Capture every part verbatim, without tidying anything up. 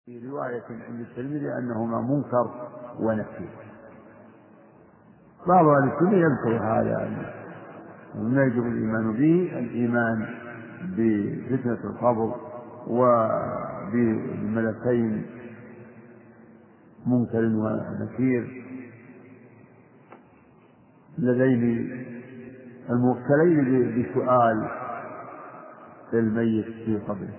في رواية عند الترمذي أنهما منكر ونكير. بعض أهل السنة يذكر هذا وما يجب الإيمان به الإيمان بفتنة القبر وبملكين منكر ونكير اللذين الموكلين بسؤال الميت في قبره.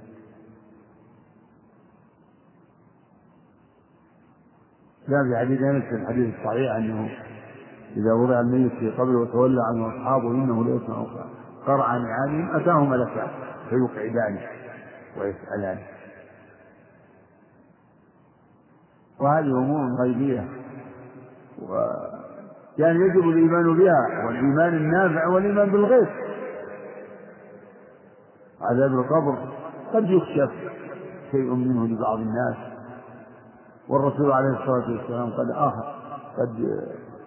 جاء في حديث أنس في الحديث الصحيح أنه إذا وضع الميت في قبره وتولى عنه أصحابه إنه ليسمع قرع نعالهم أتاه ملكان فيقعدانه ويسألانه. وهذه أمور غيبية و... يعني يجب الإيمان بها والإيمان النافع والإيمان بالغيب. عذاب القبر قد يكشف شيء منه لبعض الناس، والرسول عليه الصلاة والسلام قد آخر قد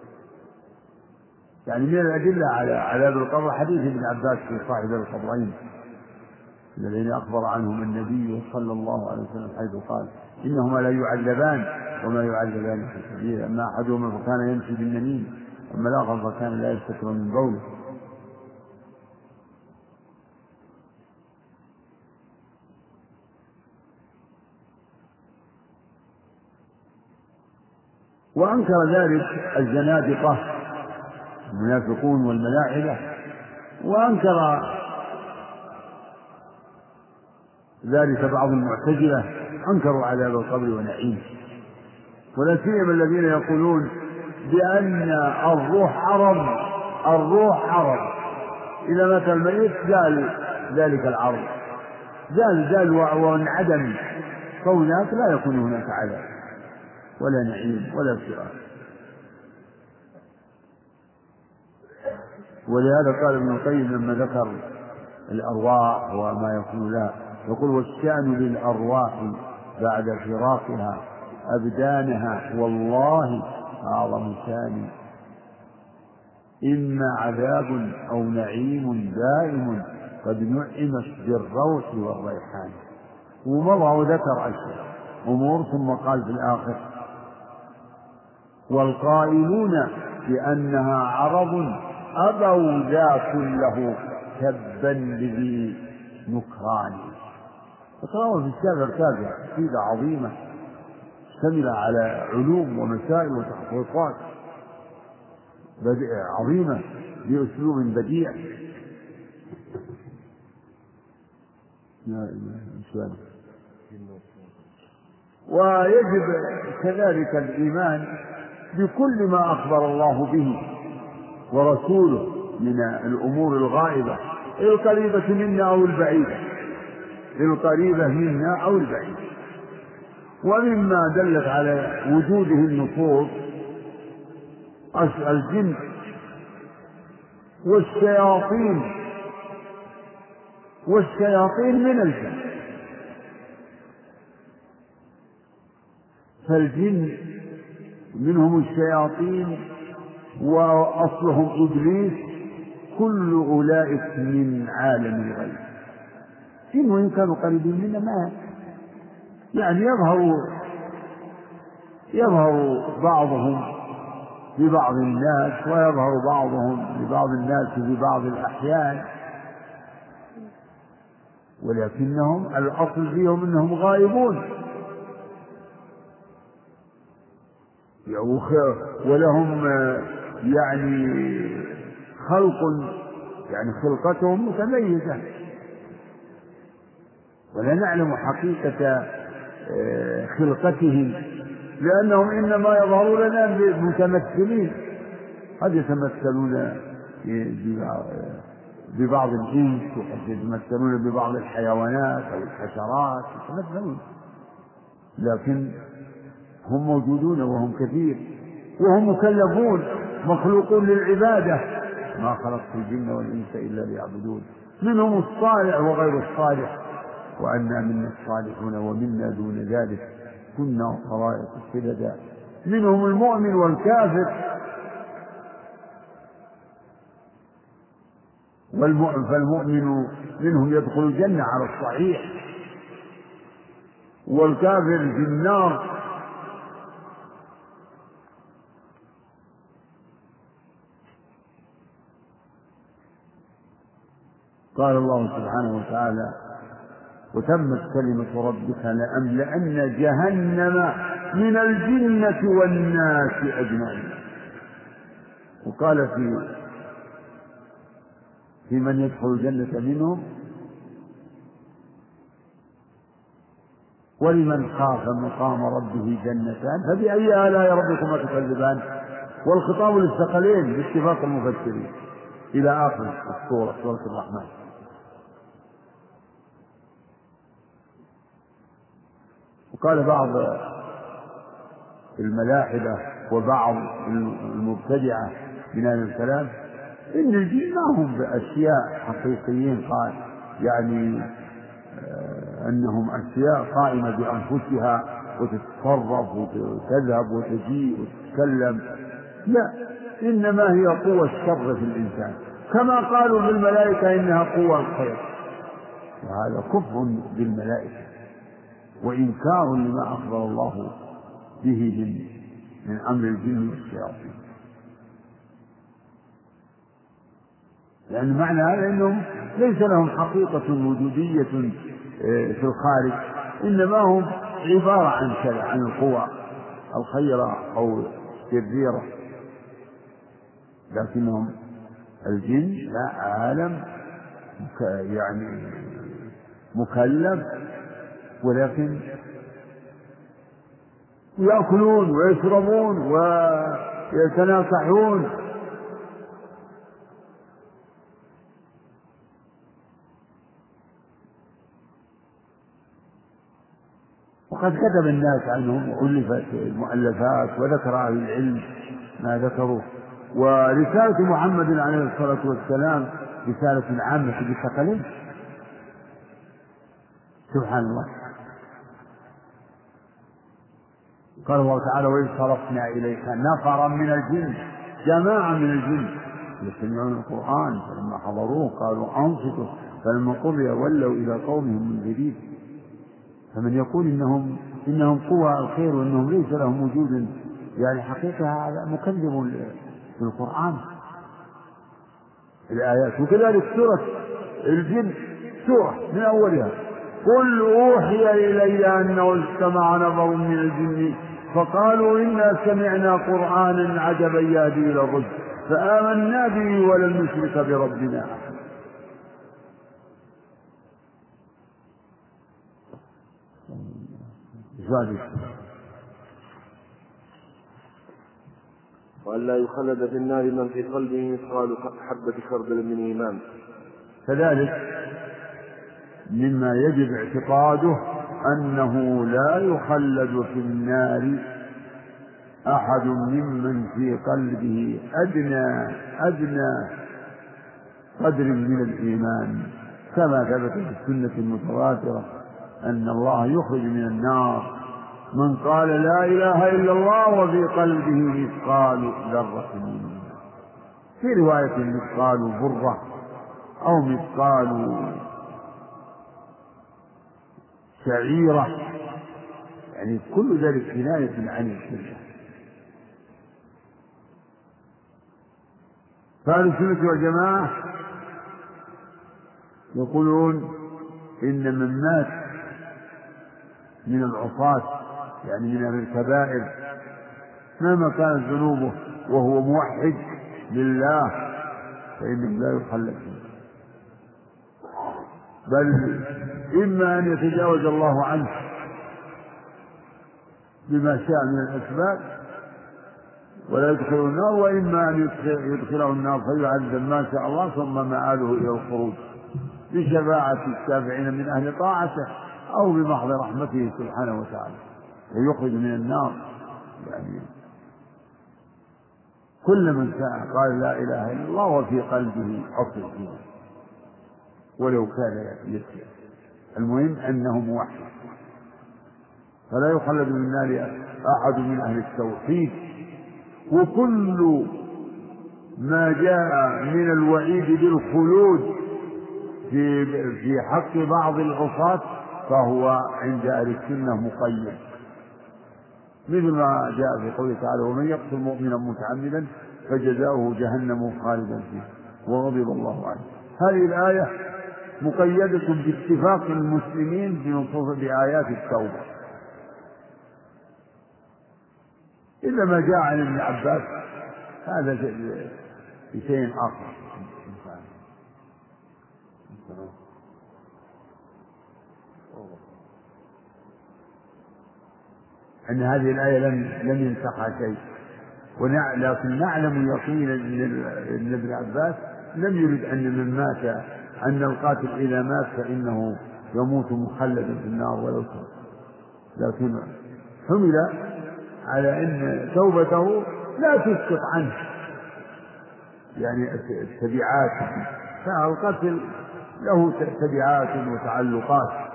يعني من الأدلة على عذاب القبر حديث ابن عباس في صاحب القبرين الذين أخبر عنهم النبي صلى الله عليه وسلم حيث قال إنهما لا يعذبان وما يعذبان في كبير، أما أحدهما فكان يمشي بالنميم أما الآخر فكان لا يستتر من بوله. وأنكر ذلك الزنادقة المنافقون والملاحدة، وأنكر ذلك بعض المعتزلة أنكروا عذاب القبر ونعيمه، ولا سيما الذين يقولون بأن الروح عرض الروح عرض إذا مات الميت زال ذلك العرض زال زال وانعدم، فهناك لا يكون هناك عذاب ولا نعيم ولا سؤال. ولهذا قال ابن القيم لما ذكر الأرواح وما يكون لها يقول والشأن للأرواح بعد فراقها أبدانها والله أعظم شأن، إما عذاب أو نعيم دائم قد نعمت بالروح والريحان. ومضى وذكر أشياء أمور ثم قال في الآخر والقائلون بأنها عرض أبوا ذا كله تبا لذي نكران. فتراوى في الشافعي الكافية قصيدة عظيمة مشتملة على علوم ومسائل وتحقيقات عظيمة بأسلوب بديع. ويجب كذلك الإيمان بكل ما أخبر الله به ورسوله من الأمور الغائبة القريبة منا أو البعيدة القريبة منا أو البعيدة. ومما دلت على وجوده النصوص الجن والشياطين والشياطين من الجن، فالجن منهم الشياطين وأصلهم إبليس كل أولئك من عالم الغيب. جن وإن كانوا قريبين منا ما يعني يظهر يظهر بعضهم لبعض الناس ويظهر بعضهم لبعض الناس في بعض الأحيان، ولكنهم الأصل فيهم أنهم غائبون ولهم يعني خلق يعني خلقتهم متميزة، ولا نعلم حقيقة خلقتهم لأنهم إنما يظهرون لنا متمثلين، قد يتمثلون ببعض الجنس وقد يتمثلون ببعض الحيوانات أو الحشرات يتمثلون، لكن هم موجودون وهم كثير وهم مكلفون مخلوقون للعبادة. ما خلقت الجن والإنس إلا ليعبدون. منهم الصالح وغير الصالح وأنا منا الصالحون ومنا دون ذلك كنا طرائق سددا. منهم المؤمن والكافر، فالمؤمن منهم يدخل الجنة على الصحيح والكافر في النار. قال الله سبحانه وتعالى: وتمت كلمة ربك لأملأن جهنم من الجنة والناس أجمعين. وقال في في من يدخل الجنة منهم: ولمن خاف مقام ربه جنتان فبأي آلاء ربكما تكذبان. والخطاب للثقلين باتفاق المفسرين إلى آخر السورة، سورة الرحمن. وقال بعض الملاحدة وبعض المبتدعة من أهل الكلام إن الجن ما هم بأشياء حقيقيين، قال يعني أنهم أشياء قائمة بأنفسها وتتصرف وتذهب وتجيء وتتكلم. لا، إنما هي قوة الشر في الإنسان، كما قالوا بالملائكة إنها قوة الخير. وهذا كفر بالملائكة وإنكار لما أخبر الله به من من أمر الجن والشياطين. لأن معنى هذا أنهم ليس لهم حقيقة وجودية في الخارج، إنما هم عبارة عن كذا، عن القوى الخيرة أو الشريرة. لكنهم الجن لا، عالم يعني مكلف، ولكن يأكلون ويشربون ويتناكحون. وقد كتب الناس عنهم وألفت المؤلفات وذكر أهل العلم ما ذكروا. ورسالة محمد عليه الصلاة والسلام رسالة عامة بالثقلين. سبحان الله. قال الله تعالى: وإذ صرفنا إليك نفرا من الجن، جماعة من الجن يستمعون القرآن فلما حضروه قالوا أنصتوا فلما قضي ولوا إلى قومهم منذرين. فمن يقول إنهم إنهم قوى الخير وإنهم ليس لهم وجود يعني حقيقة، هذا مكذب بالقرآن الآيات. وكذلك سورة الجن سورة من أولها: قل أوحي إلي أنه استمع نفر من الجن فقالوا إنا سمعنا قرآنا عجبا يهدي إلى الرشد فآمنا به ولن نشرك بربنا أحدا. وأن لا يخلد في النار من في قلبه مثقال حبة خردل من إيمان. كذلك مما يجب اعتقاده أنه لا يخلد في النار أحد ممن في قلبه أدنى أدنى قدر من الإيمان، كما ثبت في السنة المتواترة أن الله يخرج من النار من قال لا إله إلا الله وفي قلبه مثقال ذرة من إيمان. في رواية مثقال ذرة أو مثقال شعيرة، يعني كل ذلك كناية عن الشرك. فأهل السنة والجماعة يقولون إن من مات من العصاة يعني من الكبائر مهما كانت ذنوبه وهو موحد لله فإنه لا يخلد فيه، بل إما أن يتجاوز الله عنه بما شاء من الأسباب ولا يدخل النار، وإما أن يدخله النار فيعذب ما شاء الله ثم مآله إلى الخروج بشفاعة الشافعين من أهل طاعته أو بمحض رحمته سبحانه وتعالى، ويخرج من النار يعني كل من ساء قال لا إله إلا الله وفي قلبه أصل فيه ولو كان يسير. المهم أنه موحد، فلا يخلد من النار أحد من أهل التوحيد. وكل ما جاء من الوعيد بالخلود في في حق بعض العصاة فهو عند أهل السنة مقيد، مثل ما جاء في قوله تعالى: ومن يقتل مؤمنا متعمدا فجزاؤه جهنم خالدا فيه وغضب الله عليه. هذه الآية مقيدة باتفاق المسلمين بنصوص بآيات التوبة، إلا ما جاء عن ابن عباس هذا شيء آخر. أن هذه الآية لم لم ينسخها شيء، لكن نعلم يقينا أن ابن عباس لم يرد أن من مات أن القاتل إذا مات فإنه يموت مخلدا في النار ولو كان، لكن حمل على أن توبته لا تسقط عنه يعني التبعات، فالقتل له تبعات وتعلقات.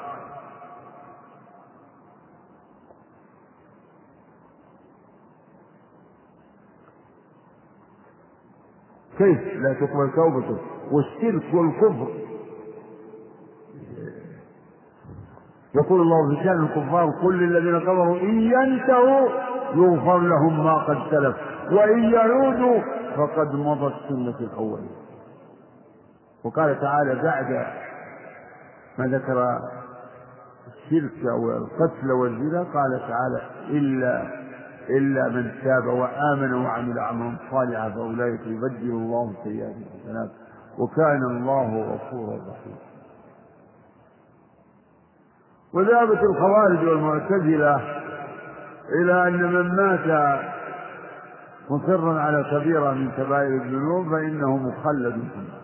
كيف لا تقبل توبته؟ والشرك والكفر، يقول الله في شأن الكفار: قل للذين كفروا إن ينتهوا يغفر لهم ما قد سلف وإن يعودوا فقد مضت سنة الأولين. وقال تعالى بعد ما ذكر الشرك والقتل والزنا قال تعالى: إلا إلا من تاب وآمن وعمل عملا صالحا فأولئك يبدل الله سيئاتهم حسنات وكان الله غفورا رحيما. وذهبت الخوارج والمعتزلة إلى أن من مات مصرا على كبيرة من كبائر الذنوب فإنه مخلد في النار.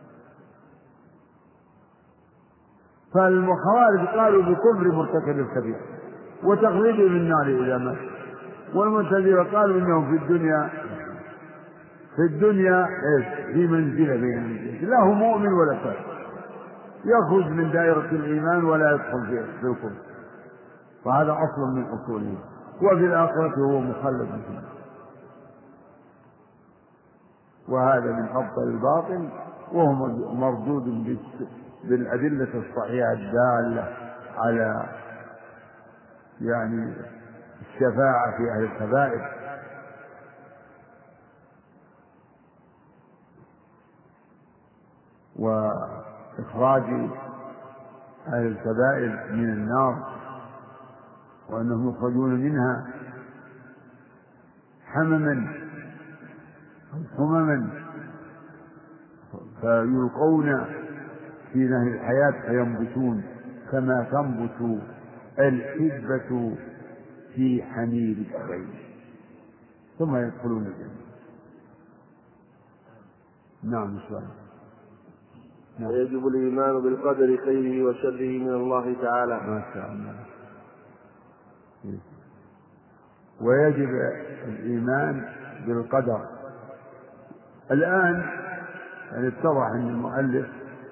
فالخوارج قالوا بكفر مرتكب الكبيرة وتخليده في النار إذا مات، والمعتزلة قالوا إنه في الدنيا في الدنيا إيش في منزلة بين المنزلة، لا هو مؤمن ولا كافر، يخرج من دائرة الإيمان ولا يدخل في الكفر، فهذا أصل من أصوله. وفي الآخرة هو مخلد في النار، وهذا من أبطل الباطل، وهو مردود بالأدلة الصحيحة الدالة على يعني الشفاعة في أهل الكبائر. وإخراج أهل الكبائر من النار، وأنهم يخرجون منها حمما أو حمما فيلقون في نهر الحياة فينبتون كما تنبت الحبة في حمير السيل ثم يدخلون الجنة. نعم سؤال. نعم. ويجب الإيمان بالقدر خيره وشره من الله تعالى. ما شاء الله. ويجب الإيمان بالقدر. الآن يعني اتضح أن المؤلف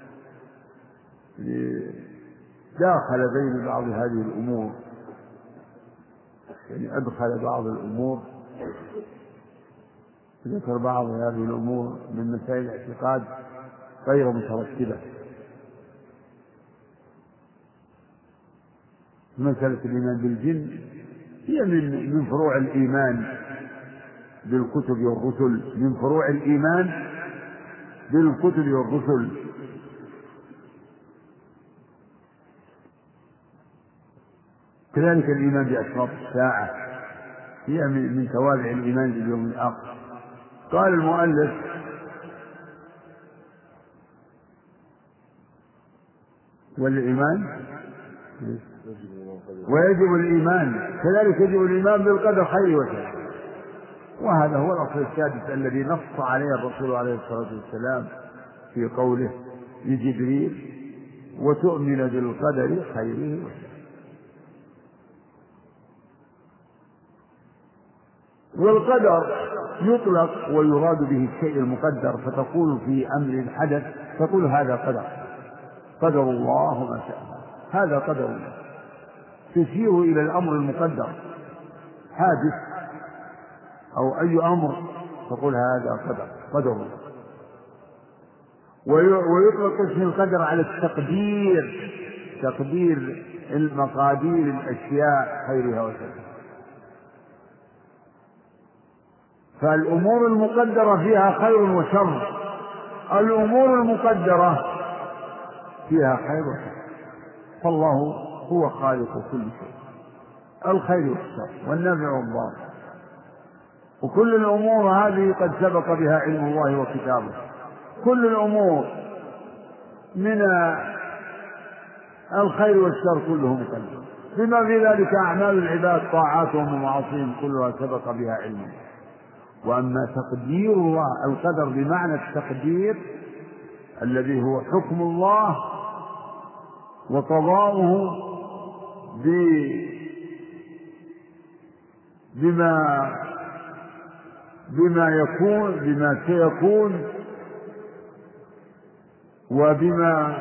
داخل بين بعض هذه الأمور، يعني أدخل بعض الأمور، ذكر بعض هذه الأمور من مسائل الاعتقاد غير مترتبة. مسألة الإيمان بالجن هي من من فروع الإيمان بالكتب والرسل، من فروع الإيمان بالكتب والرسل. كذلك الإيمان بأشراط الساعة هي من توابع الإيمان باليوم الآخر. قال المؤلف: والإيمان ويجب الإيمان كذلك يجب الإيمان بالقدر خيره وشره، وهذا هو الأصل السادس الذي نص عليه الرسول عليه الصلاة والسلام في قوله لجبريل: وتؤمن بالقدر خيره وشره. والقدر يطلق ويراد به الشيء المقدر، فتقول في أمر حدث تقول هذا قدر قدر الله ما شاء، هذا قدر الله، تشير إلى الأمر المقدر حادث أو أي أمر تقول هذا قدر قدر الله. ويطلق اسم القدر على التقدير، تقدير المقادير الأشياء خيرها وشرها. فالأمور المقدرة فيها خير وشر، الأمور المقدرة فيها خير وشر، فالله هو خالق كل شيء، الخير والشر والنفع والضار، وكل الأمور هذه قد سبق بها علم الله وكتابه. كل الأمور من الخير والشر كله مقدر، بما في ذلك أعمال العباد طاعاتهم ومعاصيهم كلها سبق بها علمه. وأما تقدير الله، القدر بمعنى التقدير الذي هو حكم الله وقضاؤه بما بما يكون بما سيكون وبما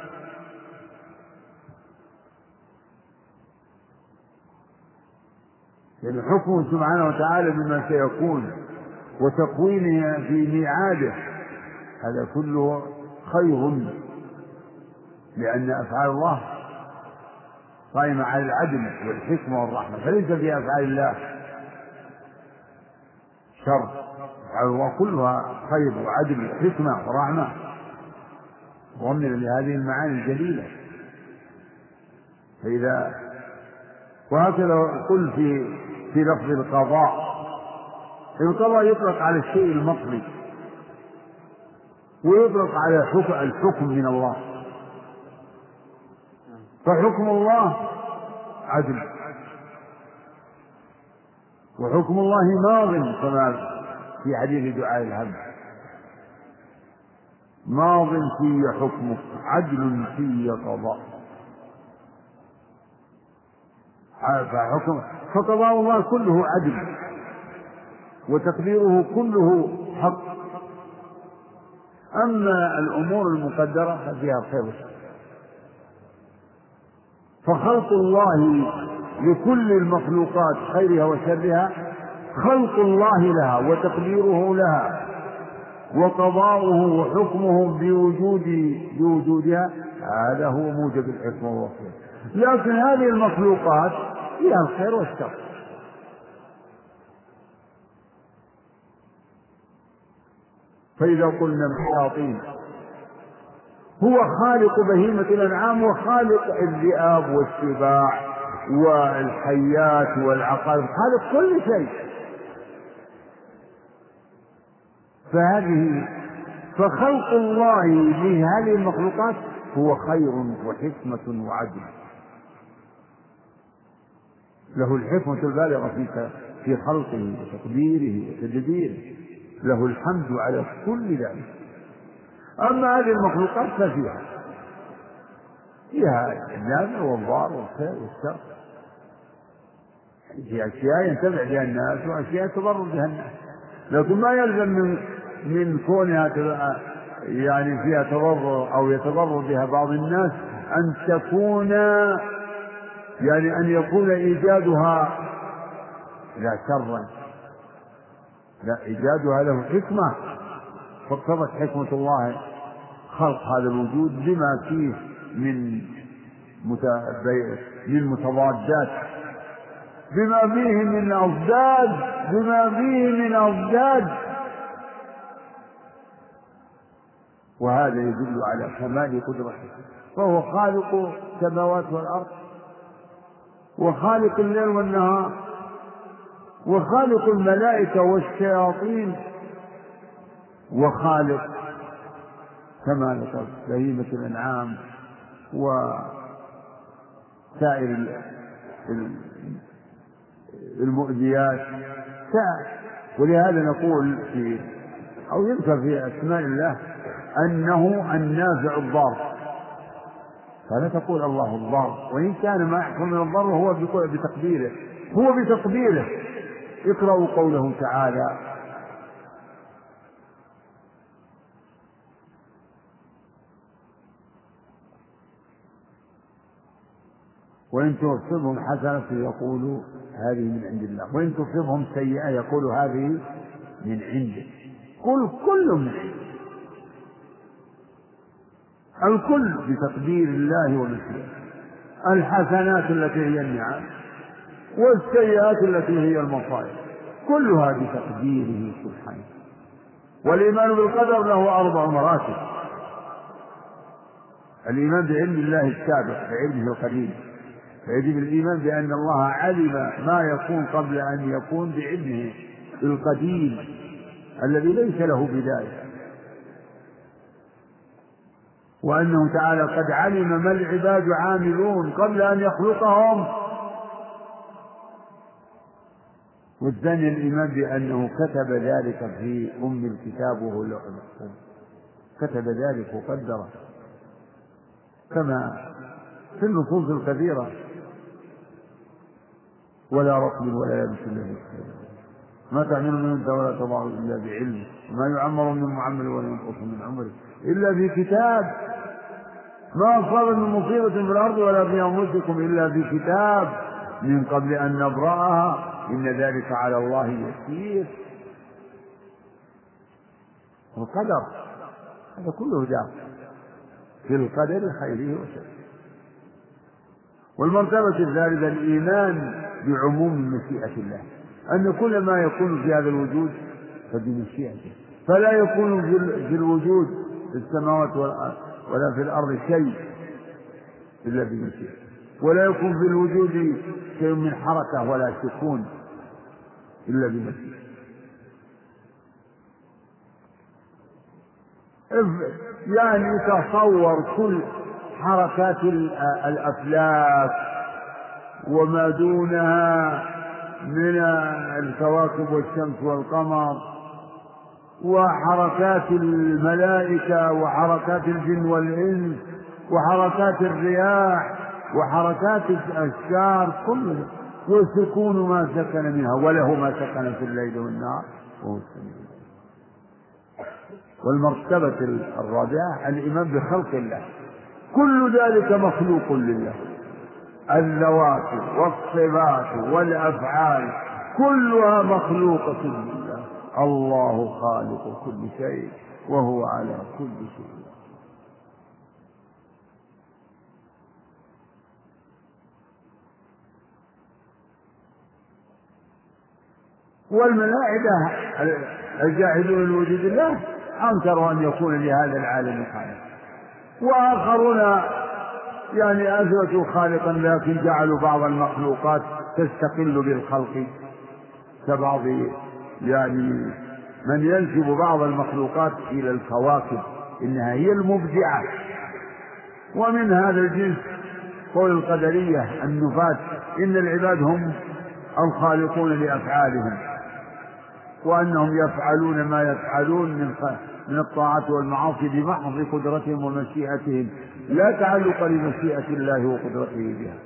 يعني حكمه سبحانه وتعالى بما سيكون وتقويمه في ميعاده، هذا كله خير، لأن أفعال الله قائمة على العدل والحكمة والرحمة، فليس في أفعال الله شر، أفعال الله كلها خير وعدل وحكمة ورحمة ومن لهذه المعاني الجليلة. فإذا وهكذا قل في في لفظ القضاء، القضاء يطلق على الشيء المطلب ويطلق على الحكم من الله، فحكم الله عدل، وحكم الله ماض كما في حديث دعاء الهم، ماض في حكمك عدل في قضاء، فحكم فقضاء الله كله عدل وتقديره كله حق. أما الأمور المقدرة ففيها خير وشر، فخلق الله لكل المخلوقات خيرها وشرها خلق الله لها وتقديره لها وقضاؤه وحكمه بوجود بوجودها، هذا هو موجب الحكمة والخير. لكن هذه المخلوقات فيها الخير والشر، فإذا قلنا الشياطين هو خالق بهيمة الأنعام وخالق الذئاب والسباع والحيات والعقارب، خالق كل شيء، فهذه فخلق الله لهذه المخلوقات هو خير وحكمة وعدل، له الحكمة البالغة في في خلقه وتقديره وتدبيره، له الحمد على كل ذلك. أما هذه المخلوقات ففيها فيها النافع والضار والخير والشر، في أشياء ينتفع بها الناس وأشياء يتضرر بها الناس، لكن ما يلزم من من كونها يعني فيها تضرر أو يتضرر بها بعض الناس أن تكون يعني أن يكون إيجادها لا شرا، لا، إيجادها له حكمة، فاقتضت حكمة الله خلق هذا الوجود بما فيه من من متضادات، بما فيه من أضداد بما فيه من أضداد وهذا يدل على كمال قدرته، فهو خالق السماوات والأرض وخالق الليل والنهار وخالق الملائكة والشياطين وخالق كما ذكرت بهيمة الأنعام وسائر المؤذيات. ولهذا نقول في أو يذكر في أسماء الله أنه النافع الضار، فلا تقول الله الضار، وإن كان ما يحصل من الضر هو بتقديره هو بتقديره اقرأوا قوله تعالى: وإن تصبهم حسنة يقولوا هذه من عند الله، وإن تصبهم سيئة يقولوا هذه من عنده، قل كل من عنده، الكل بتقدير الله ومشيئته. الحسنات التي هي النعم والسيئات التي هي المصائب، كلها بتقديره سبحانه. والإيمان بالقدر له أربع مراتب: الإيمان بعلم الله السابق بعلمه القديم، فيجب الإيمان بأن الله علم ما يكون قبل أن يكون بعلمه القديم الذي ليس له بداية، وأنه تعالى قد علم ما العباد عاملون قبل أن يخلقهم. والثاني الإيمان بأنه كتب ذلك في أم الكتاب وهو اللوح المحفوظ، كتب ذلك وقدره كما في النصوص الكثيرة: ولا رطب ولا يابس إلا بكتاب، ما تعمل من أنت ولا تضع إلا بعلم، ما يعمر من معمر ولا ينقص من عمره إلا في كتاب، ما أصاب من مصيبة في الأرض ولا في أنفسكم إلا في كتاب من قبل أن نبرأها إن ذلك على الله يسير. القدر هذا كله داخل في القدر خيره وشره. والمرتبة الثالثة الإيمان بعموم مشيئة الله، أن كل ما يكون في هذا الوجود فبمشيئته، فلا يكون في الوجود في السماوات ولا في الأرض شيء إلا بمشيئته، ولا يكون في الوجود شيء من حركة ولا سكون إلا بمشيئته. يعني تصور كل حركات الأفلاك وما دونها من الكواكب والشمس والقمر، وحركات الملائكة وحركات الجن والإنس وحركات الرياح وحركات الأشجار كلها، وسكون ما سكن منها، وله ما سكن في الليل والنهار وهو السميع. والمرتبة الرابعة الإيمان بخلق الله، كل ذلك مخلوق لله، الذوات والصفات والأفعال كلها مخلوقة لله، الله خالق كل شيء وهو على كل شيء. والملائكة الجاحدون لوجود الله أنكروا أن يكون لهذا العالم خالق، وآخرون يعني أثبتوا خالقا لكن جعلوا بعض المخلوقات تستقل بالخلق، كبعض يعني من ينسب بعض المخلوقات إلى الكواكب إنها هي المبدعة. ومن هذا الجنس قول القدرية النفاة إن العباد هم الخالقون لأفعالهم، وأنهم يفعلون ما يفعلون من من الطاعات والمعاصي بمحض قدرتهم ومشيئتهم، لا تعلق لمشيئة الله وقدرته بها،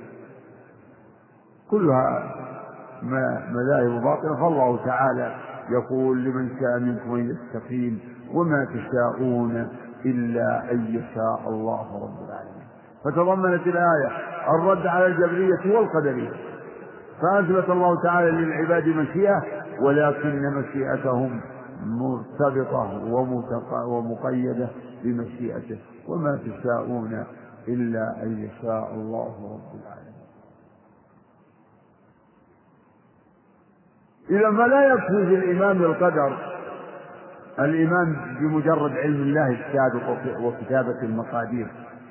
كلها مذاهب باطلة. فالله تعالى يقول: لمن شاء منكم أن يستقيم وما تشاءون إلا أن يشاء الله رب العالمين. فتضمنت الآية الرد على الجبرية والقدرية، فأثبت الله تعالى للعباد مشيئة، ولكن مشيئتهم مرتبطة ومقيدة بمشيئته، وما تشاءون إلا أن يشاء الله رب العالمين. إذا فلا يكفي في الإيمان بالقدر الإيمان بمجرد علم الله السابق وكتابة المقادير.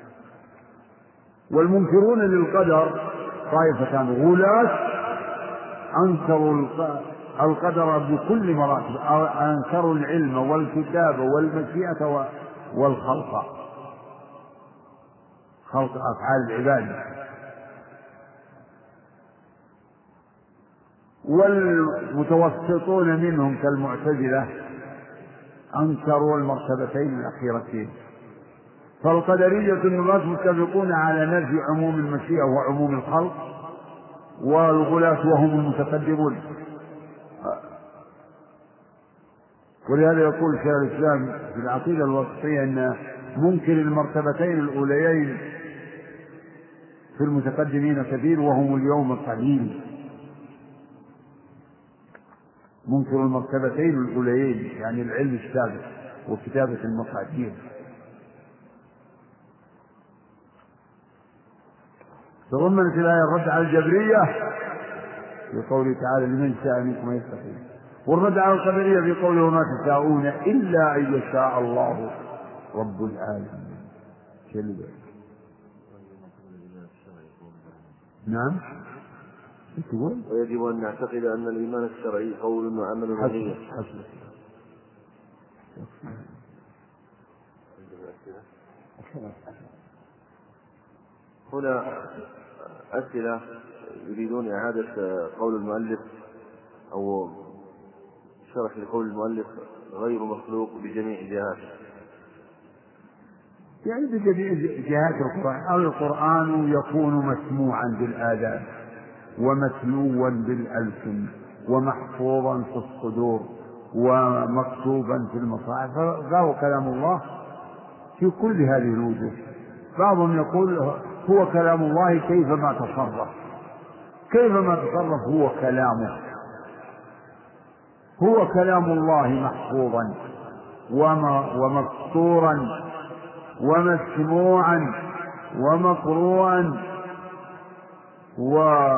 والمنكرون للقدر طائفتان: غلاة أنكروا القدر بكل مراتب، أنكروا العلم والكتابة والمشيئة والخلق، خلق أفعال العباد. والمتوسطون منهم كالمعتزلة أنكروا المرتبتين الأخيرتين. فالقدرية الناس متفقون على نفي عموم المشيئة وعموم الخلق، والغلاة وهم المتقدمون. ولهذا يقول شيخ الإسلام في العقيدة الوسطية أن منكر المرتبتين الأوليين في المتقدمين كثير وهم اليوم قليل. منكر المرتبتين الأوليين يعني العلم السابق وكتابة المقادير. تضمنت الآية الرد على الجبرية في قوله تعالى لمن شاء منكم يستقيم، والرد على القدرية في قوله ما تشاءون إلا أن يشاء الله رب العالمين. نعم. ويجب أن نعتقد أن الإيمان الشرعي قول وعمل ونية. هنا أسئلة يريدون إعادة قول المؤلف أو شرح لقول المؤلف غير مخلوق بجميع جهاته، يعني بجميع جهات القرآن. أو القرآن يكون مسموعا بالآذان ومتلوا بالألسن ومحفوظا في الصدور ومكتوبا في المصاحف، فهو كلام الله في كل هذه الوجوه. بعضهم يقول هو كلام الله كيفما تصرف، كيفما تصرف هو كلامه، هو كلام الله محفوظا ومسطورا ومسموعا ومقروءا و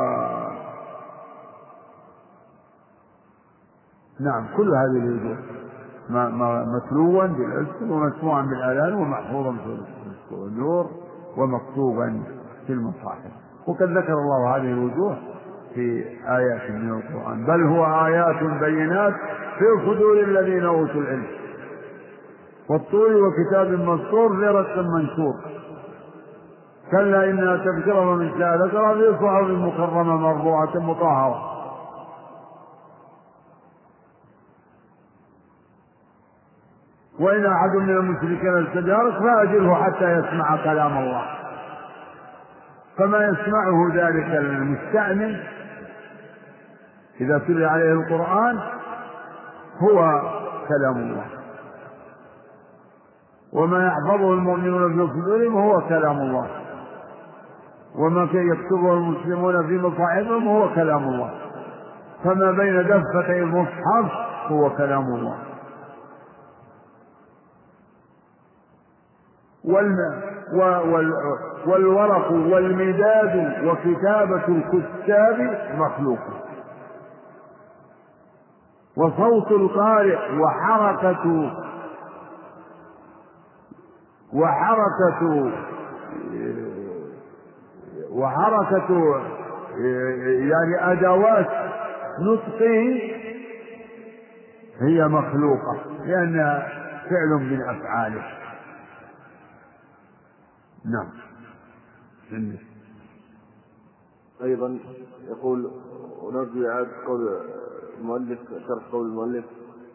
نعم كل هذه الوجوه، متلوا بالألسن ومسموعا بالآذان ومحفوظا في الصدور ومكتوبا في المصاحف. وقد ذكر الله هذه الوجوه في آيات من القرآن، بل هو آيات بينات في صدور الذين أوتوا العلم والطور وكتاب مسطور في رق منشور كلا إنها تذكرة ومن شاء ذكرها في صحف مكرمة مرفوعة مطهرة. وإن أحد من المشركين استجارك فأجره حتى يسمع كلام الله، فما يسمعه ذلك المستأمن إذا تلي عليه القرآن هو كلام الله، وما يحفظه المؤمنون في صدورهم هو كلام الله، وما يكتبه المسلمون في مصاحفهم هو كلام الله، فما بين دفتي المصحف هو كلام الله. والورق والمداد وكتابة الكتاب مخلوق، وصوت القارئ وحركة وحركة وحركة يعني أدوات نطقه هي مخلوقة لأنها فعل من أفعاله. نعم. أيضا يقول ونرجو إعادة قول المؤلف شرح قول المؤلف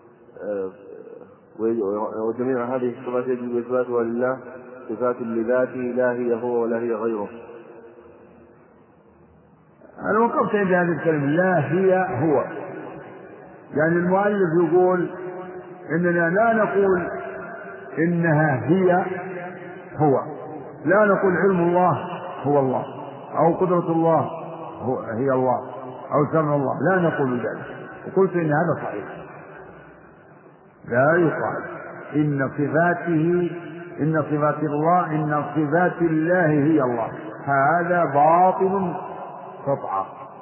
وجميع هذه الصفات يجب إثباتها لله صفات لذاته لا هي هو ولا هي غيره. أنا وقفت عند هذه الكلمة لا هي هو، يعني المؤلف يقول إننا لا نقول إنها هي هو، لا نقول علم الله هو الله أو قدرة الله هو هي الله أو سمع الله، لا نقول ذلك. وقلت إن هذا صحيح، لا يقال إن صفاته إن صفات الله إن صفات الله هي الله، هذا باطل قطعا.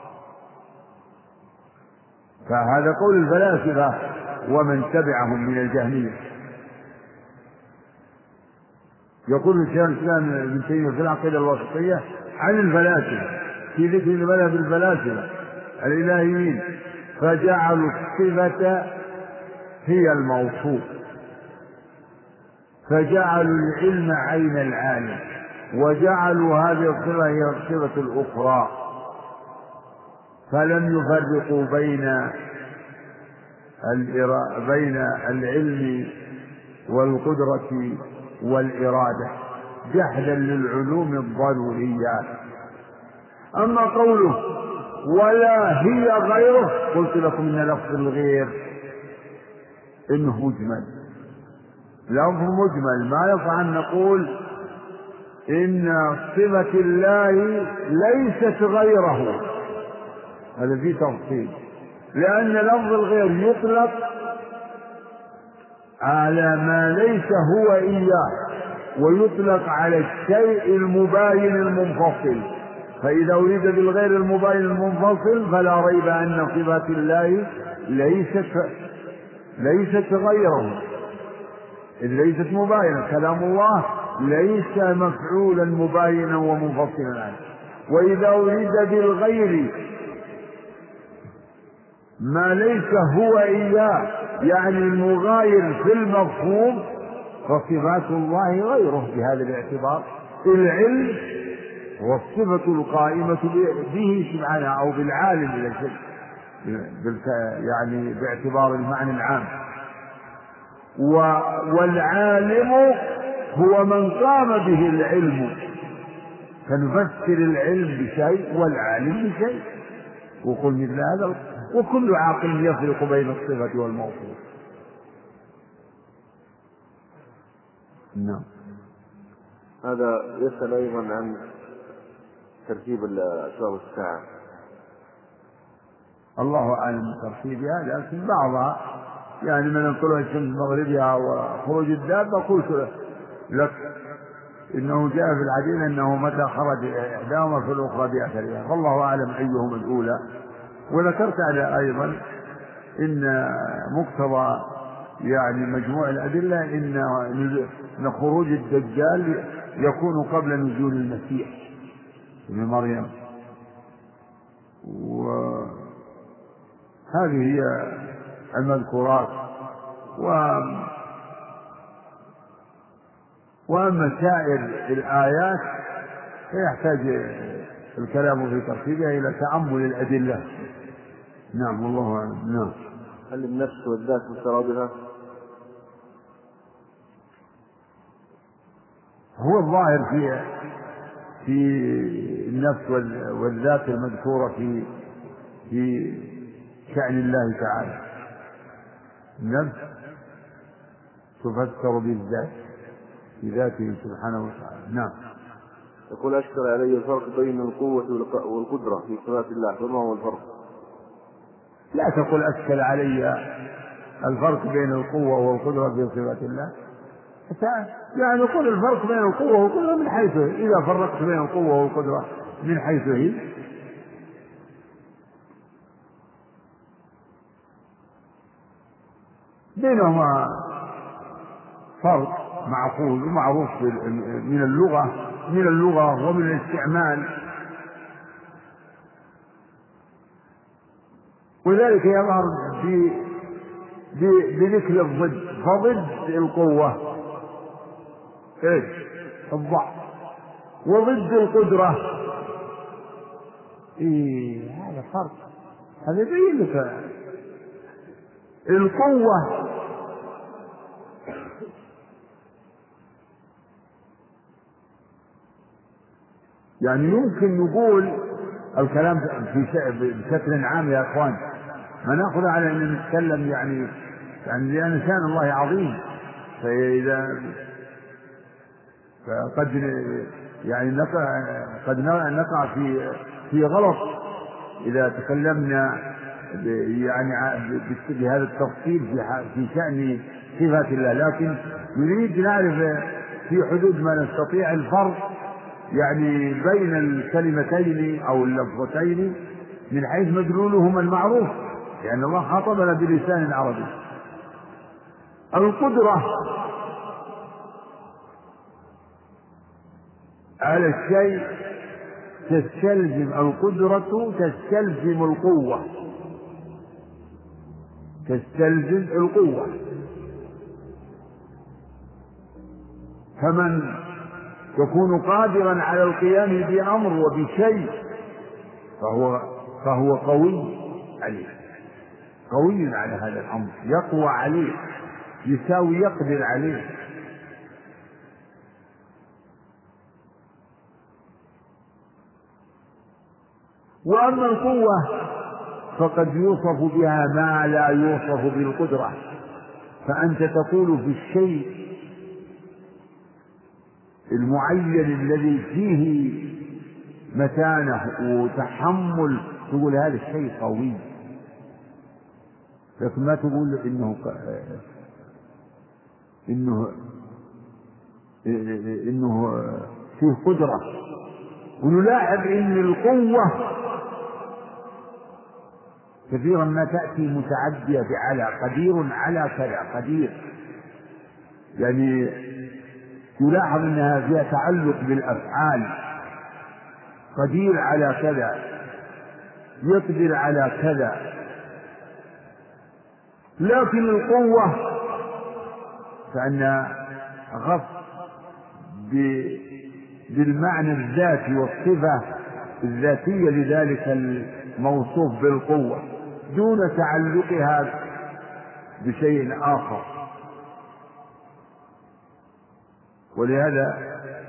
فهذا قول الفلاسفة ومن تبعهم من الجهمية. يقول الشيخ الإسلام ابن تيمية في العقيدة الواسطية عن الفلاسفة في ذكر المذهب الفلاسفة الإلهيين فجعلوا الصفة هي الموصوف، فجعلوا العلم عين العالم، وجعلوا هذه الصفة هي الصفة الأخرى، فلم يفرقوا بين بين العلم والقدرة والإرادة جحدا للعلوم الضروريات. أما قوله ولا هي غيره قلت لكم إن لفظ الغير إنه مجمل، لفظ مجمل ما يصح أن نقول إن صفة الله ليست غيره، هذا فيه تفصيل، لأن لفظ الغير يطلق على ما ليس هو إياه، ويطلق على الشيء المباين المنفصل، فإذا أريد بالغير المباين المنفصل فلا ريب أن صفات الله ليست ليست غيره، ليست مباينة. كلام الله ليس مفعولا مباينا ومنفصلا عنه. وإذا أريد بالغير ما ليس هو إياه، يعني المغاير في المفهوم، فصفات الله غيره بهذا الاعتبار. العلم والصفة القائمة به سبحانه أو بالعالم إلى شيء، يعني باعتبار المعنى العام. والعالم هو من قام به العلم، فنفسر العلم بشيء والعالم بشيء، وقل مثل هذا. وكل عاقل يفرق بين الصفة والموصوف. نعم. هذا يسأل أيضا عن ترتيب أسباب الساعة. الله أعلم بترتيبها، لكن بعضها يعني من طلوع الشمس مغربها وخروج الدابة قلت لك إنه جاء في الحديث أنه متى خرج إحداهما في الأخرى بأثرها، فالله أعلم أيهما الأولى. وذكرت على أيضا إن مقتضى يعني مجموع الأدلة إن إن خروج الدجال يكون قبل نزول المسيح ابن مريم، وهذه هي المذكورات. وأما سائر الآيات فيحتاج الكلام في ترتيبها إلى تأمل الأدلة. نعم والله أعلم. نعم. هل النفس والذات مترادفة؟ هو الظاهر في في النفس والذات المذكورة في في شأن الله تعالى. النفس تفسر بالذات بذاته سبحانه وتعالى. نعم. يقول أشكر علي الفرق بين القوة والقدرة في صفات الله، فما هو الفرق؟ لا تقول أشكل علي الفرق بين القوة والقدرة في صفات الله، يعني يقول الفرق بين القوة والقدرة من حيث إذا فرقت بين القوة والقدرة من حيث هي، بينهما فرق معقول ومعروف من اللغة من اللغة ومن الاستعمال، وذلك يظهر بذكر الضد. فضد القوة ايش؟ الضعف. وضد القدرة ايه؟ هذا فرق. هذا يبين لك القوة يعني يمكن نقول الكلام في بشكل عام يا اخوان، ما ناخذ على ان نتكلم يعني يعني لان شان الله عظيم، فاذا فقد يعني نقع قد نقع في في غلط اذا تكلمنا يعني بهذا التفصيل في في شأن صفات الله، لكن نريد نعرف في حدود ما نستطيع الفرق يعني بين الكلمتين أو اللفظتين من حيث مدلولهما المعروف، لأن يعني الله خاطبنا بلسان عربي. القدرة على الشيء تستلزم، القدرة تستلزم القوة، تستلزم القوة. فمن يكون قادرا على القيام بأمر وبشيء فهو فهو قوي عليه، قوي على هذا الأمر، يقوى عليه، يساوي يقدر عليه. وأما القوة فقد يوصف بها ما لا يوصف بالقدرة، فأنت تقول في الشيء المعين الذي فيه متانة وتحمل تقول هذا الشيء قوي، لكن ما تقول إنه إنه إنه فيه قدرة، ونلاحظ ان القوة كثيرا ما تأتي متعدية بعلى، قدير على كذا، قدير، يعني يلاحظ انها فيها تعلق بالافعال، قدير على كذا، يقدر على كذا. لكن القوة فإنها أخف بالمعنى الذاتي والصفة الذاتية لذلك الموصوف بالقوة دون تعلقها بشيء آخر. ولهذا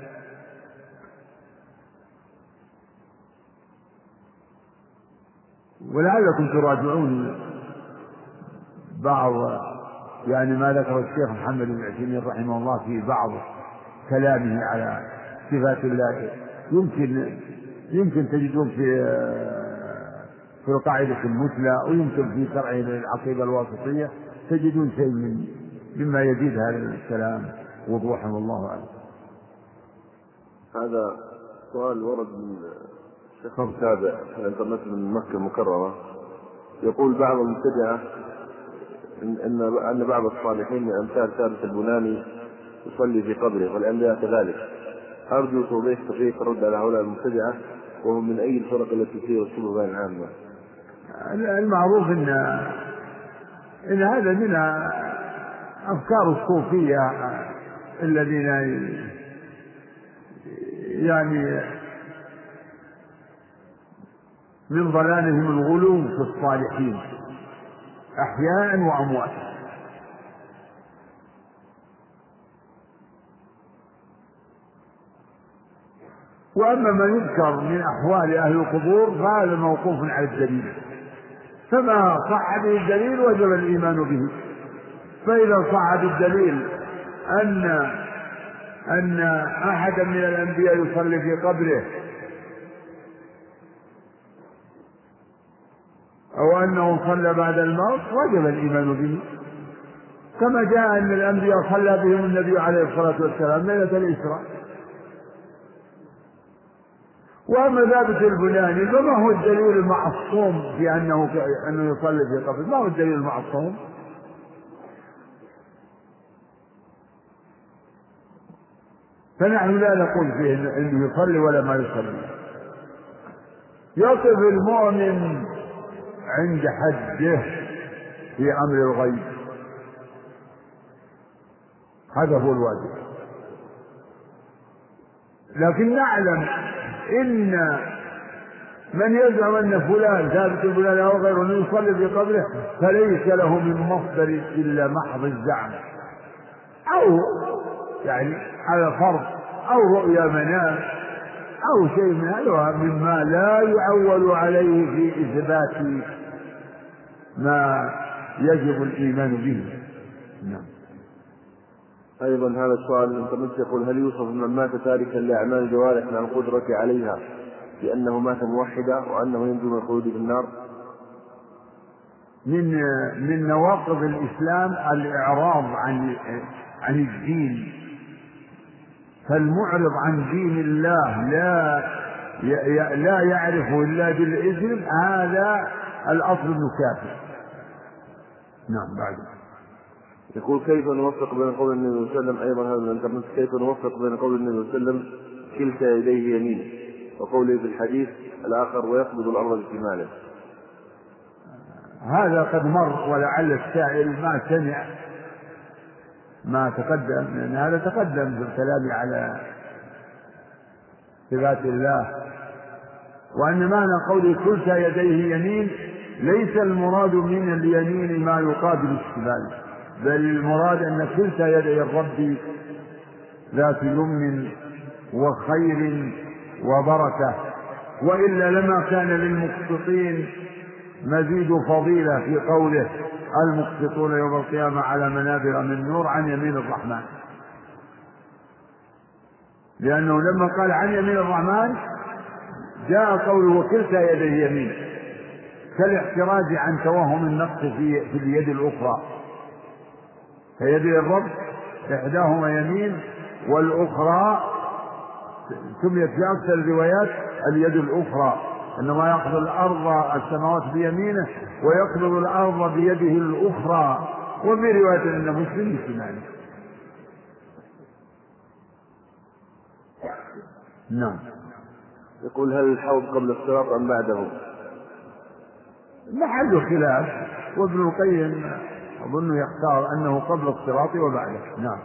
ولعلكم تراجعون بعض يعني ما ذكر الشيخ محمد بن عثيمين رحمه الله في بعض كلامه على صفات الله، يمكن يمكن تجدون في في القاعدة المثلى، ويمكن في شرعه للعقيدة الواسطية تجدون شيء من مما يزيد هذا الكلام وضوحا، والله أعلم. هذا سؤال ورد من الشيخ متابع في الانترنت من مكة المكرمة، يقول بعض المبتدعة إن أن بعض الصالحين من أمثال ثابت البناني يصلي في قبره والأنبياء كذلك. أرجو توضيح كيف رد على هؤلاء المبتدعة وهم من أي الفرق التي فيها الشبهة بين العامة؟ المعروف إن إن هذا من أفكار الصوفية الذين يعني من ضلالهم الغلو في الصالحين أحياء وأموات. وأما ما يذكر من أحوال أهل القبور فهذا موقوف على الدليل، فما صح به الدليل وجب الإيمان به. فإذا صح بالدليل أن أن أحدا من الأنبياء يصلي في قبره أو أنه صلى بعد الموت وجب الإيمان به، كما جاء أن الأنبياء صلى بهم النبي عليه الصلاة والسلام ليلة الإسراء. وأما ثابت البناني فما هو الدليل المعصوم في أنه أنه يصلي في قبره؟ ما هو الدليل المعصوم؟ فنحن لا نقول فيه أنه يصلي ولا ما يصلي. يقف المؤمن عند حده في أمر الغيب، هذا هو الواجب. لكن نعلم إن من يزعم أن فلان ثابت البناني أو غيره يصلي في قبره فليس له من مصدر إلا محض الزعم، أو يعني على فرض أو رؤيا منام أو شيء من هذا مما لا يعول عليه في إثبات ما يجب الإيمان به. نعم. أيضا هذا السؤال الانترنت يقول: هل يوصف من مات تاركا لأعمال الجوارح مع القدرة عليها بأنه مات موحدا وأنه ينجو من الخلود في النار؟ من من نواقض الإسلام الإعراض عن عن الدين، فالمعرض عن دين الله لا لا يعرف إلا بالإذن، هذا الأصل انه كافر. نعم. بعد يقول: كيف نوفق بين قول النبي صلى الله عليه وسلم، أيضا هذا الانترنت، كيف نوفق بين قول النبي صلى الله عليه وسلم كلتا يديه يمين وقوله في الحديث الآخر ويقبض الأرض بشماله؟ هذا قد مر ولعل السائل ما سمع ما تقدم، لأن هذا تقدم في الكلام على صفات الله، وأن معنى قوله كلتا يديه يمين ليس المراد من اليمين ما يقابل الشمال، بل المراد أن كلتا يدي الرب ذات يمن وخير وبركة، وإلا لما كان للمقسطين مزيد فضيلة في قوله المقسطون يوم القيامة على منابر من نور عن يمين الرحمن، لأنه لما قال عن يمين الرحمن جاء قوله وكلتا يديه يمين كالاحتراز عن توهم النقص في, في اليد الأخرى، فيد الرب إحداهما يمين والأخرى سميت في أكثر الروايات اليد الأخرى، إنما يقبض الأرض السماوات بيمينه ويقبض الأرض بيده الأخرى، وفي رواية أن مسلم بشماله. نعم. يقول هل الحوض قبل الصراط أم بعده؟ محل خلاف، وابن القيم أظن يختار أنه قبل الصراط وبعده. نعم.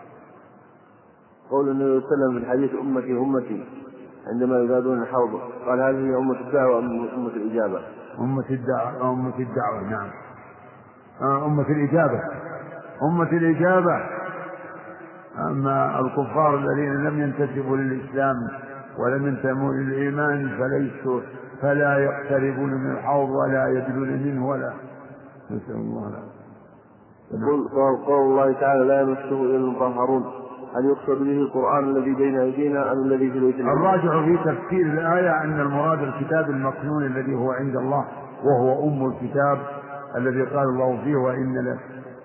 قول النبي صلى الله عليه وسلم في الحديث أمتي أمتي عندما ينادون الحوض، قال هذه هي أمة الدعوة أم أمة الإجابة؟ أمة الدعوة. أمة الدعوة. نعم. أمة الإجابة. أمة الإجابة. أما الكفار الذين لم ينتسبوا للإسلام ولم ينتموا للإيمان فليسوا فلا يقتربون من الحوض ولا يدلون منه ولا. نسأل الله العافية. يقول قول الله تعالى لا يمسه إلا المطهرون، هل يقصد به القرآن الذي بين أيدينا أم الذي في بيت الله؟ الراجع في تفسير الآية أن المراد الكتاب المكنون الذي هو عند الله، وهو أم الكتاب الذي قال الله فيه وإن له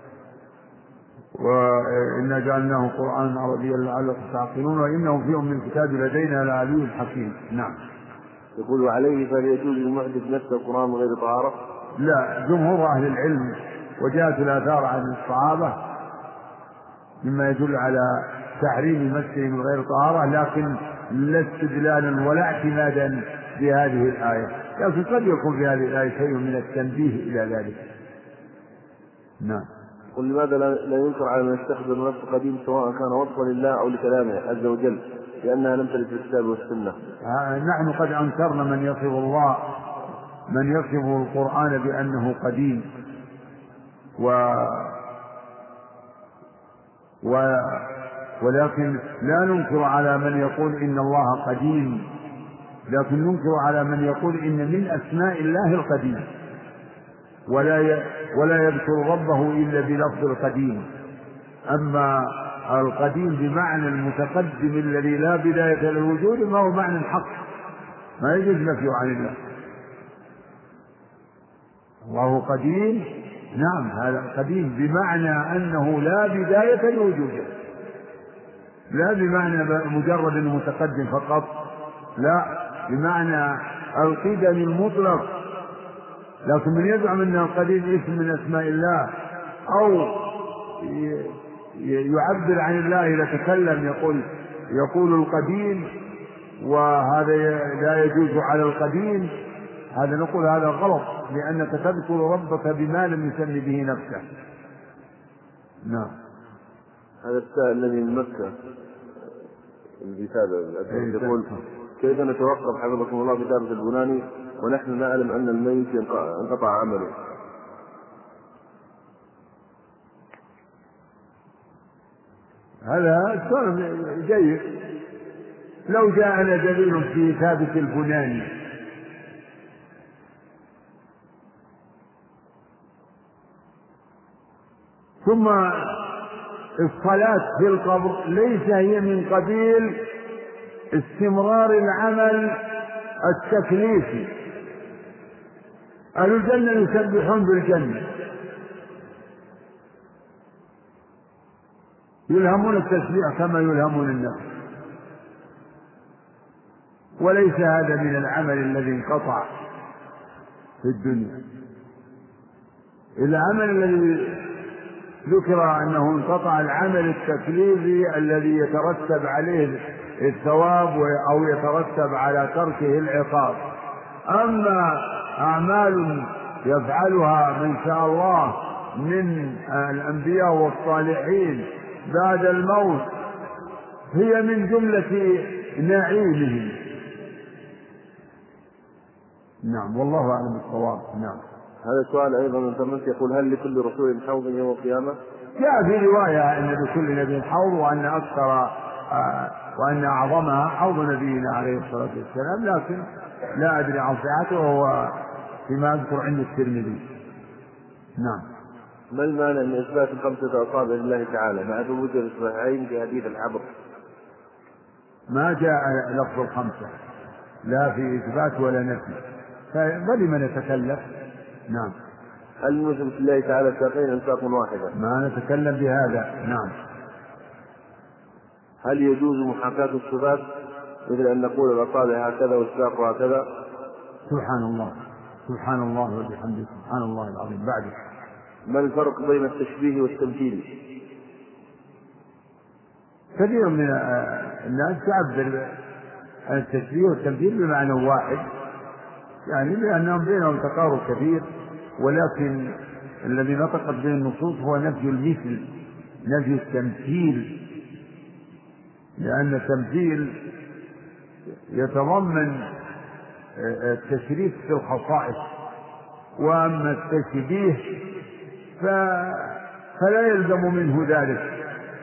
وإنا جعلناه قرآنا عربيا لعلكم تعقلون وإنه في أم الكتاب لدينا لعلي حكيم. نعم. يقول وعليه فليجوز المحدث نفس القرآن غير طهارة؟ لا، جمهور أهل العلم وجاءت الآثار عن الصحابة مما يدل على تحريم مسه من غير طهارة، لكن لا استدلالا ولا اعتمادا بهذه الآية، لكن قد يكون في هذه الآية شيء من التنبيه إلى ذلك. نعم. قل لماذا لا ينكر على من يستخدم نفس القديم سواء كان وصفا لله أو لكلامه عز وجل لأنها لم ترد في الكتاب والسنة؟ نحن قد أنكرنا من يصف الله من يصف القرآن بأنه قديم و و ولكن لا ننكر على من يقول إن الله قديم، لكن ننكر على من يقول إن من أسماء الله القديم ولا ي... ولا يذكر ربه إلا بلفظ القديم. أما القديم بمعنى المتقدم الذي لا بداية للوجود ما هو معنى حق، ما يجوز نفيه عن الله. الله قديم، نعم، هذا قديم بمعنى أنه لا بداية لوجوده، لا بمعنى مجرد المتقدم فقط، لا، بمعنى القدم المطلق. لكن من يزعم أن القديم اسم من أسماء الله أو يعبر عن الله إذا تكلم يقول يقول القديم وهذا لا يجوز على القديم، هذا نقول هذا غلط، لأنك تذكر ربك بما لم يسمي به نفسه. نعم. هذا السائل الذي من مكة يقول كيف نتوقف حفظكم الله في دابة البناني ونحن نعلم أن الميت انقطع عمله؟ هذا سؤال جيد. لو جاءنا دليل في ثابت البناني ثم الصلاة في القبر ليس هي من قبيل استمرار العمل التكليفي. أهل الجنة يسبحون بالجنة، يلهمون التسبيح كما يلهمون النفس، وليس هذا من العمل الذي انقطع في الدنيا. العمل الذي ذكر أنه انقطع العمل التكليفي الذي يترتب عليه الثواب أو يترتب على تركه العقاب. أما أعمال يفعلها من شاء الله من الأنبياء والصالحين بعد الموت هي من جملة نعيمهم. نعم، والله أعلم بالصواب. نعم. هذا السؤال أيضا من تمنت يقول هل لكل رسول حوض يوم القيامة؟ جاء في رواية أن لكل نبي حوض وأن أكثر آه وأن أعظمها حوض نبينا عليه الصلاة والسلام، لكن لا أدري عن صحته وهو فيما أذكر عند الترمذي. نعم. ما المانع من إثبات خمسة أصابع لله تعالى مع ثبوت الصحيحين في حديث الحبر؟ ما جاء لفظ الخمسة لا في إثبات ولا نفي، فلما نتكلف؟ نعم. هل نثبت الله تعالى ساقين أم ساق واحدة؟ ما نتكلم بهذا. نعم. هل يجوز محاكاة الصفات مثل أن نقول الأصابع هكذا والساق هكذا. سبحان الله سبحان الله وبحمده سبحان الله العظيم. بعد ما الفرق بين التشبيه والتمثيل؟ كثير من الناس تعبر عن التشبيه والتمثيل بمعنى واحد، يعني لأنهم بينهم تقارب كثير، ولكن الذي نطقت به النصوص هو نفي المثل، نفي التمثيل، لأن التمثيل يتضمن التشريف في الخصائص، وأما التشبيه فلا يلزم منه ذلك.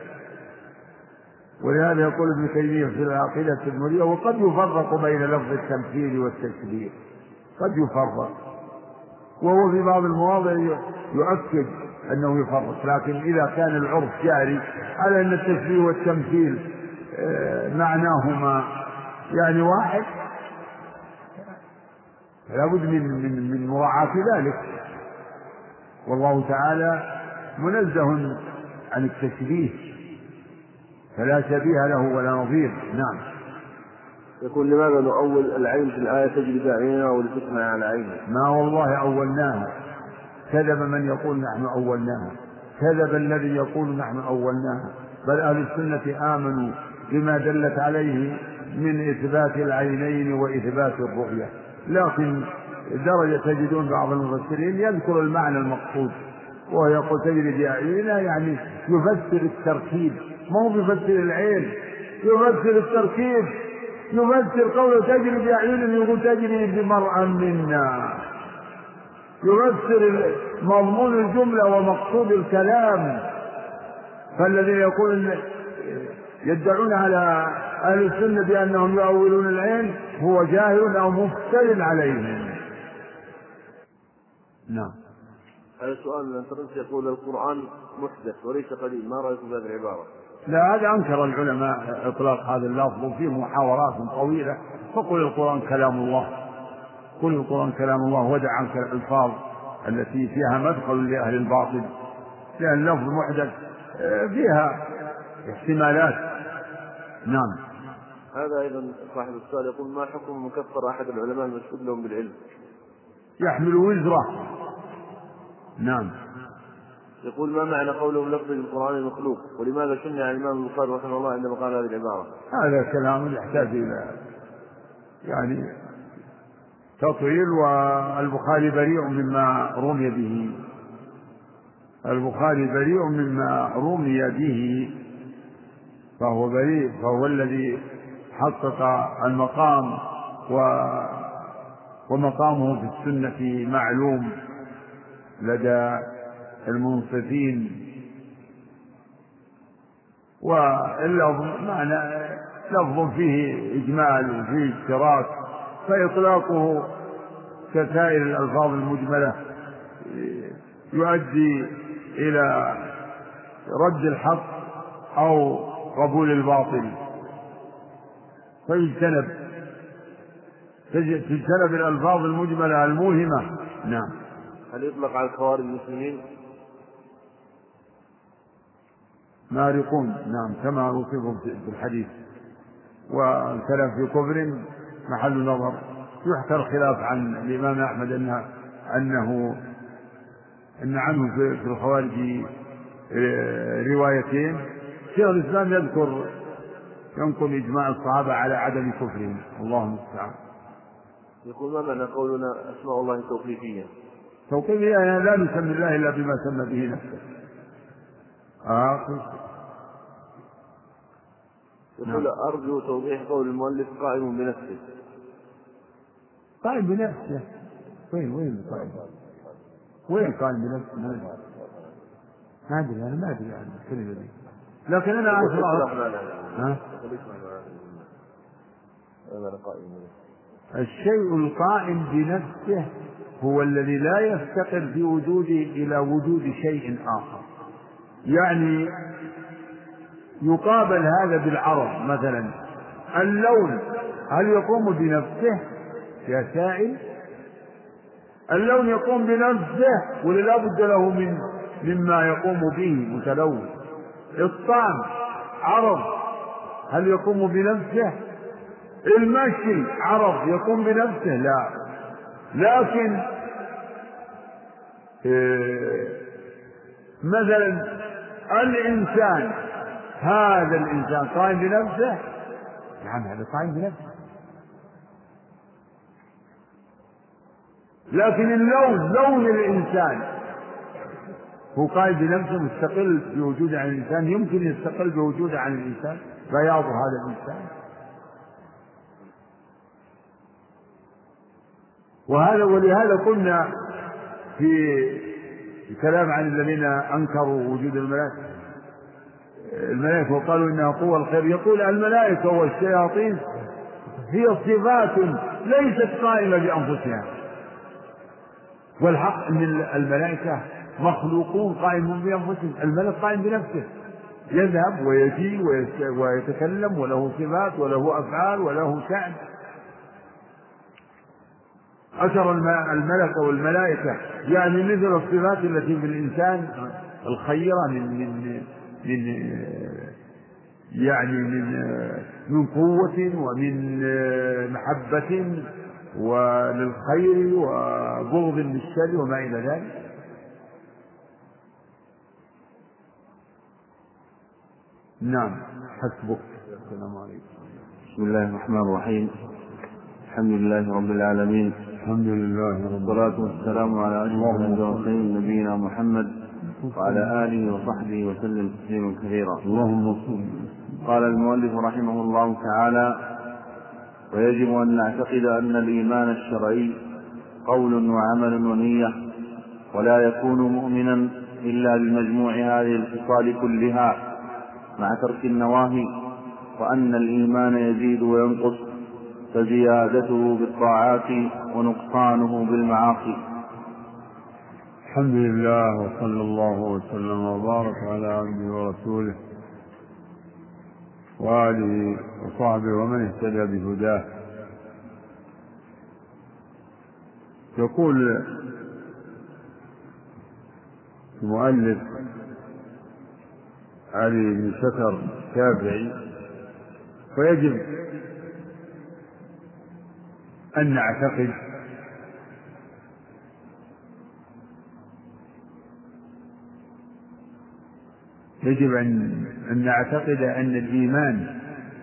ولهذا يقول ابن تيمية في العقيدة التدمرية: وقد يفرق بين لفظ التمثيل والتشبيه، قد يفرق، وهو في بعض المواضع يؤكد أنه يفرق، لكن إذا كان العرف جاري على أن التشبيه والتمثيل معناهما يعني واحد، فلا بد من من من مراعاة ذلك. والله تعالى منزه عن التشبيه، فلا شبيه له ولا نظير. نعم. يقول: لماذا نؤول العين في الآية تجري بأعيننا ولتسمع على عيننا؟ ما والله أولناها، كذب من يقول نحن أولناها، كذب الذي يقول نحن أولناها، بل أهل السنة آمنوا بما دلت عليه من إثبات العينين وإثبات الرؤية، لكن درجة تجدون بعض المفسرين يذكر المعنى المقصود، وهو يقول تجري بأعيننا، يعني يفسر التركيب، ما هو يفسر العين، يفسر التركيب، يفسر قوله تجري بأعيننا يقول تجري بمرأى منا، يفسر مضمون الجملة ومقصود الكلام. فالذين يقولون يدعون على أهل السنة بأنهم يؤولون العين هو جاهل أو مفتر عليهم. نعم. هذا السؤال من الانترنت يقول: القرآن محدث وليس قديم، ما رأيكم بهذه العبارة؟ لا، هذا أنكر العلماء إطلاق هذا اللفظ، وفيه محاورات طويلة، فقل القرآن كلام الله، قل القرآن كلام الله، ودع عنك الألفاظ التي فيها مدخل لأهل الباطل، لأن اللفظ محدث فيها احتمالات. نعم. هذا أيضا صاحب السؤال يقول: ما حكم مكفر أحد العلماء المشهود لهم بالعلم؟ يحمل وزره. نعم. يقول: ما معنى قوله لفظ القرآن المخلوق، ولماذا شنع الإمام البخاري رحمه الله عندما قال هذه العبارة؟ هذا كلام يحتاج إلى يعني تطويل، والبخاري بريء مما رمي به، البخاري بريء مما رمي به، فهو بريء، فهو الذي حقق المقام، ومقامه في السنة معلوم لدى المنصفين. واللفظ معنى لفظ فيه إجمال وفيه اشتراك، فإطلاقه كسائر الألفاظ المجملة يؤدي إلى رد الحق أو قبول الباطل، فيجتنب تجتنب الألفاظ المجملة الموهمة. نعم. هل يطلق على الخوارج المسلمين؟ مارقون، نعم، كما وصفهم في الحديث، والكلام في كفر محل نظر. يحكى الخلاف عن الإمام أحمد أنه, أنه أن عنه في الخوارج روايتين، شيخ الإسلام يذكر ينقل إجماع الصحابة على عدم كفرهم، الله المستعان. يقول: ما معنى قولنا أسماء الله توقيفية؟ توقيفية يعني لا نسمي الله إلا بما سمى به نفسه. آه. يقول: نعم. أرجو توضيح قول المؤلف قائم بنفسه. قائم بنفسه؟ وين وين قائم؟ وين قائم بنفسه؟ ما أدري، أنا ما أدري عن الكلمة دي، لكن أنا أعرف ها؟ الشيء القائم بنفسه هو الذي لا يفتقر في وجوده إلى وجود شيء آخر. يعني يقابل هذا بالعرض، مثلا اللون هل يقوم بنفسه يا سائل؟ اللون يقوم بنفسه ولا لا بد له من مما يقوم به متلون؟ الطعم عرض هل يقوم بنفسه؟ المشي عرف يقوم بنفسه؟ لا، لكن إيه مثلا الإنسان، هذا الإنسان قائم بنفسه؟ نعم هذا قائم بنفسه، لكن اللون، لون الإنسان هو قائم بنفسه مستقل بوجوده عن الإنسان؟ يمكن يستقل بوجوده عن الإنسان بياض هذا الإنسان؟ وهذا ولهذا قلنا في الكلام عن الذين أنكروا وجود الملائكة الملائكة وقالوا إنها قوة الخير، يقول الملائكة والشياطين هي صفات ليست قائمة بأنفسها، والحق أن الملائكة مخلوقون قائمون بأنفسهم. الملك قائم بنفسه، يذهب ويجي ويتكلم وله صفات وله أفعال وله شأن. أثر الملك والملائكة يعني مثل الصفات التي في الإنسان الخيرة من من من يعني من من قوة ومن محبة وللخير وبغض للشر وما إلى ذلك. نعم حسبك. السلام عليكم. بسم الله الرحمن الرحيم. الحمد لله رب العالمين، الحمد لله رب والصلاة والسلام على أشرف المرسلين نبينا محمد وعلى آله وصحبه وسلم تسليما كثيرا. اللهم صل. قال المؤلف رحمه الله تعالى: ويجب أن نعتقد أن الإيمان الشرعي قول وعمل ونية، ولا يكون مؤمنا إلا بمجموع هذه الخصال كلها مع ترك النواهي، وأن الإيمان يزيد وينقص، فزيادته بالطاعات ونقصانه بالمعاصي. الحمد لله، وصلى الله وسلم وبارك على عبده ورسوله وآله وصحبه ومن اهتدى بهداه. يقول المؤلف علي بن شكر الشافعي: ويجب أن نعتقد يجب أن نعتقد أن الإيمان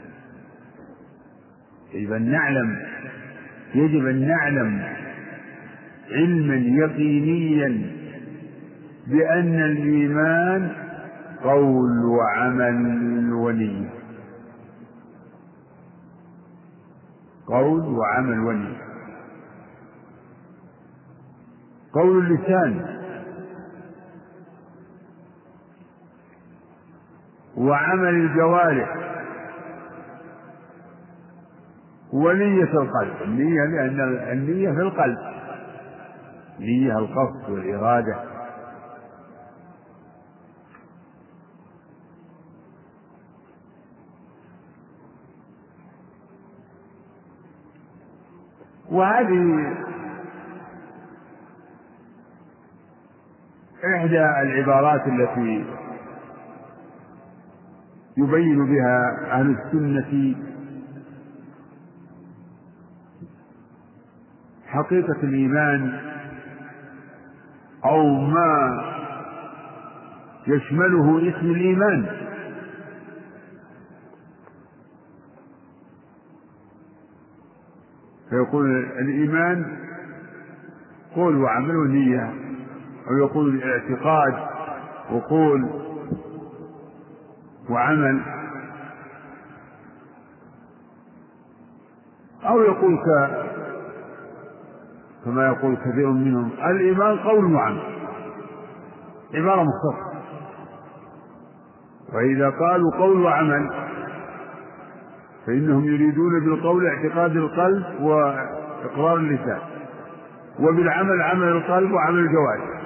يجب أن نعلم يجب أن نعلم علما يقينيا بأن الإيمان قول وعمل ونية، قول وعمل ونية. قول اللسان وعمل الجوارح ونية القلب. النية لأن النية في القلب، نية القصد والإرادة. وهذه إحدى العبارات التي يبين بها أهل السنة حقيقة الإيمان أو ما يشمله اسم الإيمان. فيقول الإيمان قول وعمل ونية، أو يقول الاعتقاد وقول وعمل، أو يقول كما يقول كثير منهم الإيمان قول وعمل، عبارة مختصرة. وإذا قالوا قول وعمل فإنهم يريدون بالقول اعتقاد القلب وإقرار اللسان، وبالعمل عمل القلب وعمل الجوارح،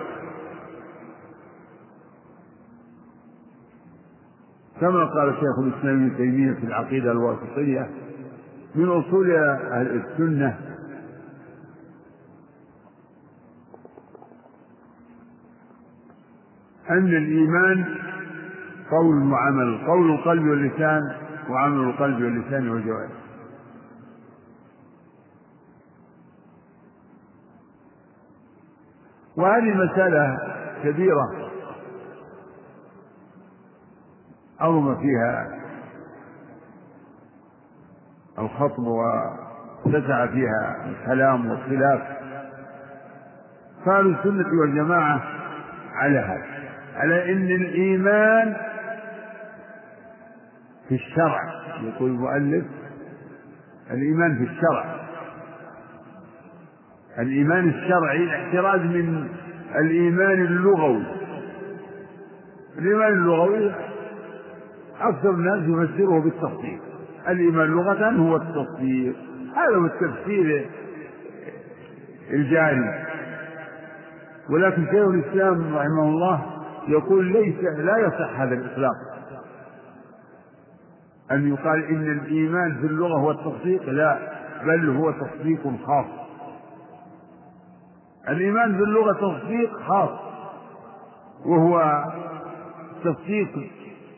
كما قال شيخ الإسلام ابن تيمية في العقيدة الواسطية: من أصول أهل السنة أن الإيمان قول وعمل، قول القلب واللسان وعمل القلب واللسان والجوارح. وهذه مسألة كبيرة عظم فيها الخطب واتسع فيها الكلام والخلاف. فأهل السنة والجماعة على هذا، على أن الإيمان في الشرع، يقول المؤلف الإيمان في الشرع، الإيمان الشرعي الاحتراز من الإيمان اللغوي. الإيمان اللغوي أكثر الناس يفسره بالتصديق، الإيمان لغة هو التصديق، هذا هو التفسير الجاري. ولكن شيخ الإسلام رحمه الله يقول ليس لا يصح هذا الإطلاق، أن يقال إن الإيمان في اللغة هو التصديق، لا، بل هو تصديق خاص. الإيمان في اللغة تصديق خاص، وهو تصديق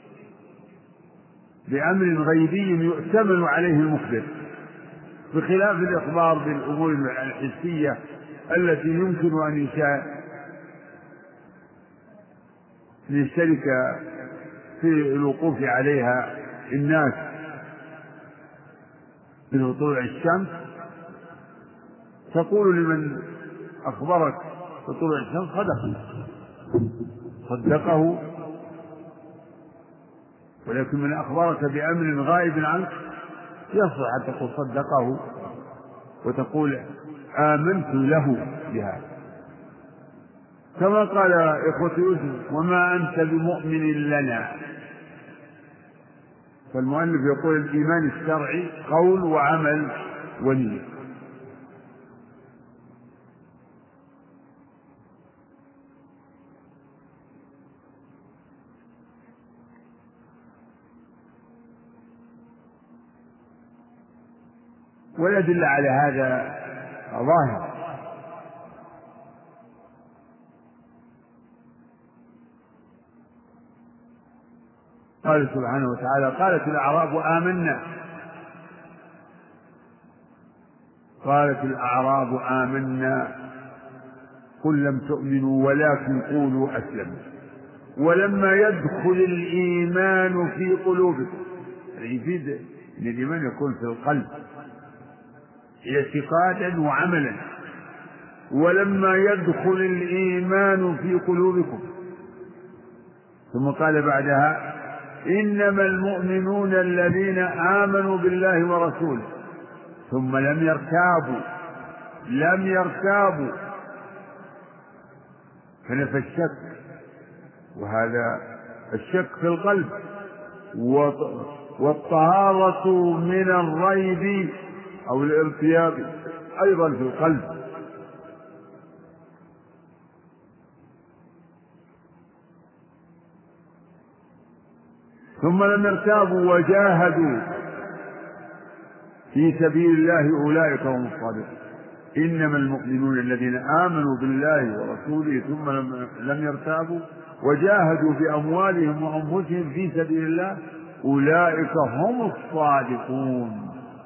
بأمر غيبي يؤتمن عليه المخبر، بخلاف الإخبار بالأمور الحسية التي يمكن أن يشترك في الوقوف عليها الناس، مثل طلوع الشمس، تقول لمن أخبرك بطلوع الشمس صدق صدقه، ولكن من أخبرك بأمر غائب عنك يصح أن تقول صدقه وتقول آمنت له بها، كما قال إخوة يوسف وما أنت بمؤمن لنا. فالمؤلف يقول الإيمان الشرعي قول وعمل ونية. والأدلة على هذا ظاهرة. قال سبحانه وتعالى قالت الأعراب آمنا، قالت الأعراب آمنا قل لم تؤمنوا ولكن قولوا أسلموا ولما يدخل الإيمان في قلوبكم. يفيد أن الإيمان يكون في القلب اعتقادا وعملا، ولما يدخل الإيمان في قلوبكم. ثم قال بعدها إنما المؤمنون الذين آمنوا بالله ورسوله ثم لم يرتابوا لم يرتابوا فنفى الشك، وهذا الشك في القلب، والطهارة من الريب أو الارتياب أيضا في القلب. ثم لم يرتابوا وجاهدوا في سبيل الله أولئك هم الصادقون. إنما المؤمنون الذين آمنوا بالله ورسوله ثم لم يرتابوا وجاهدوا بأموالهم وأنفسهم في سبيل الله أولئك هم الصادقون.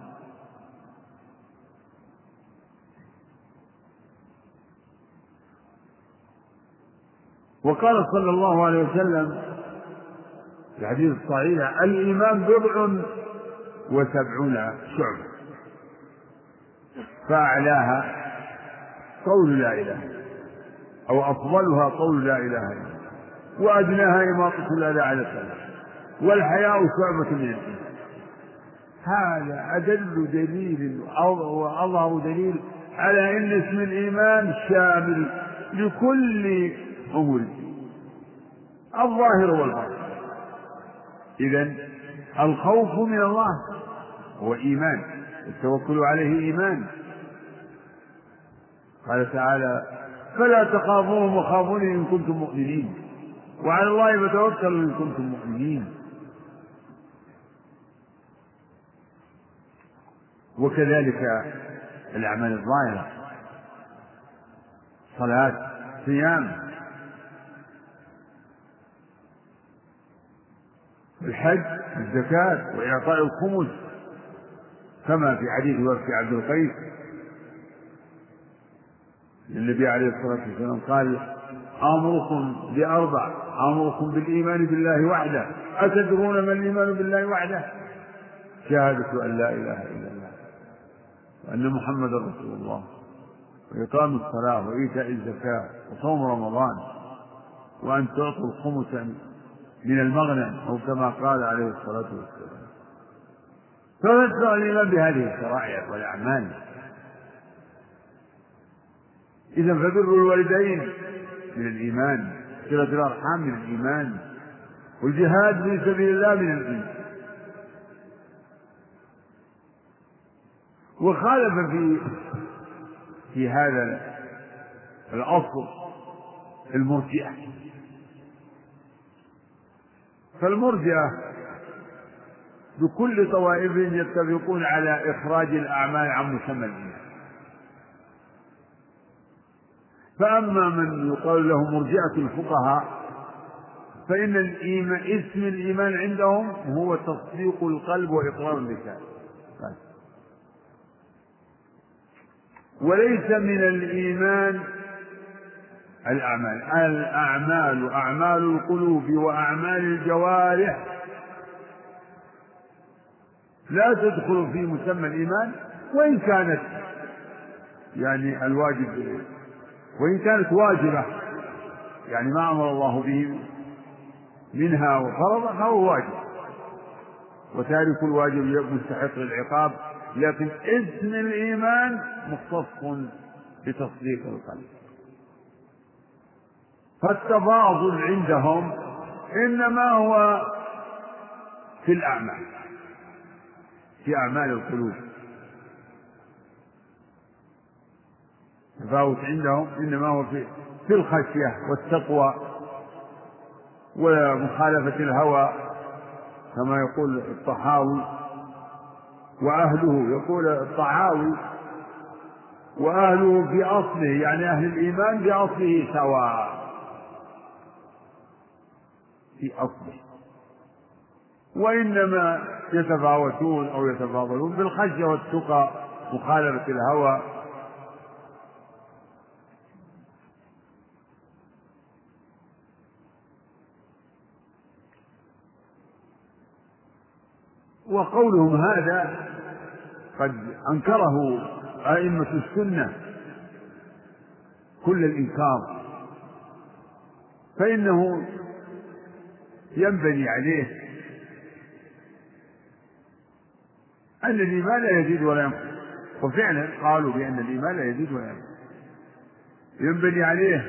وقال صلى الله عليه وسلم في الحديث الصحيح الإيمان بضع وسبعون شعبة، فأعلاها قول لا إله أو أفضلها قول لا إله إلا الله، وأدناها إماطة الأذى عن الطريق، والحياء شعبة من الإيمان. هذا أدل دليل وأظهر دليل على أن اسم الإيمان شامل لكل أمور الظاهر والباطن. إذن الخوف من الله هو إيمان، التوكل عليه إيمان. قال تعالى فلا تخافوهم وخافوني إن كنتم مؤمنين وعلى الله فتوكلوا إن كنتم مؤمنين. وكذلك الأعمال الظاهرة، صلاة، صيام، الحج، الزكاة، وإعطاء الخمس، كما في حديث وفد عبد القيس النبي عليه الصلاة والسلام قال آمركم بأربع: آمركم بالإيمان بالله وحده. أتدرون ما الإيمان بالله وحده؟ شهادة أن لا إله إلا الله وأن محمد رسول الله، وإقام الصلاة، وإيتاء الزكاة، وصوم رمضان، وأن تعطوا الخمس من المغنم، أو كما قال عليه الصلاة والسلام. فنتبع الإيمان بهذه الشرائع والأعمال. إذا فبر الوالدين من الإيمان، صلة الأرحام من الإيمان، والجهاد في سبيل الله من الإيمان. وخالف في في هذا الأصل المرجئة. فالمرجئة بكل طوائفهم يتفقون على إخراج الأعمال عن مسمى الإيمان. فأما من يقال له مرجئة الفقهاء فإن الإيمان اسم الإيمان عندهم هو تصديق القلب وإقرار اللسان، وليس من الإيمان الأعمال. الأعمال أعمال القلوب وأعمال الجوارح لا تدخل في مسمى الإيمان، وإن كانت يعني الواجب، وإن كانت واجبة، يعني ما أمر الله به منها وفرض فهو واجب، وتارك الواجب مستحق للعقاب، لكن اسم الإيمان مختص بتصديق القلب. فالتفاضل عندهم إنما هو في الأعمال، في أعمال القلوب. التفاوت عندهم إنما هو في في الخشية والتقوى ومخالفة الهوى، كما يقول الطحاوي وأهله، يقول الطحاوي وأهله في أصله، يعني أهل الإيمان في أصله سواء، في أصله، وإنما يتفاوتون أو يتفاضلون بالخشية والتقى، مخالفة الهوى. وقولهم هذا قد أنكره أئمة السنة كل الإنكار، فإنه ينبني عليه أن الإيمان لا يزيد ولا ينقص، وفعلا قالوا بأن الإيمان لا يزيد ولا ينقص. ينبني عليه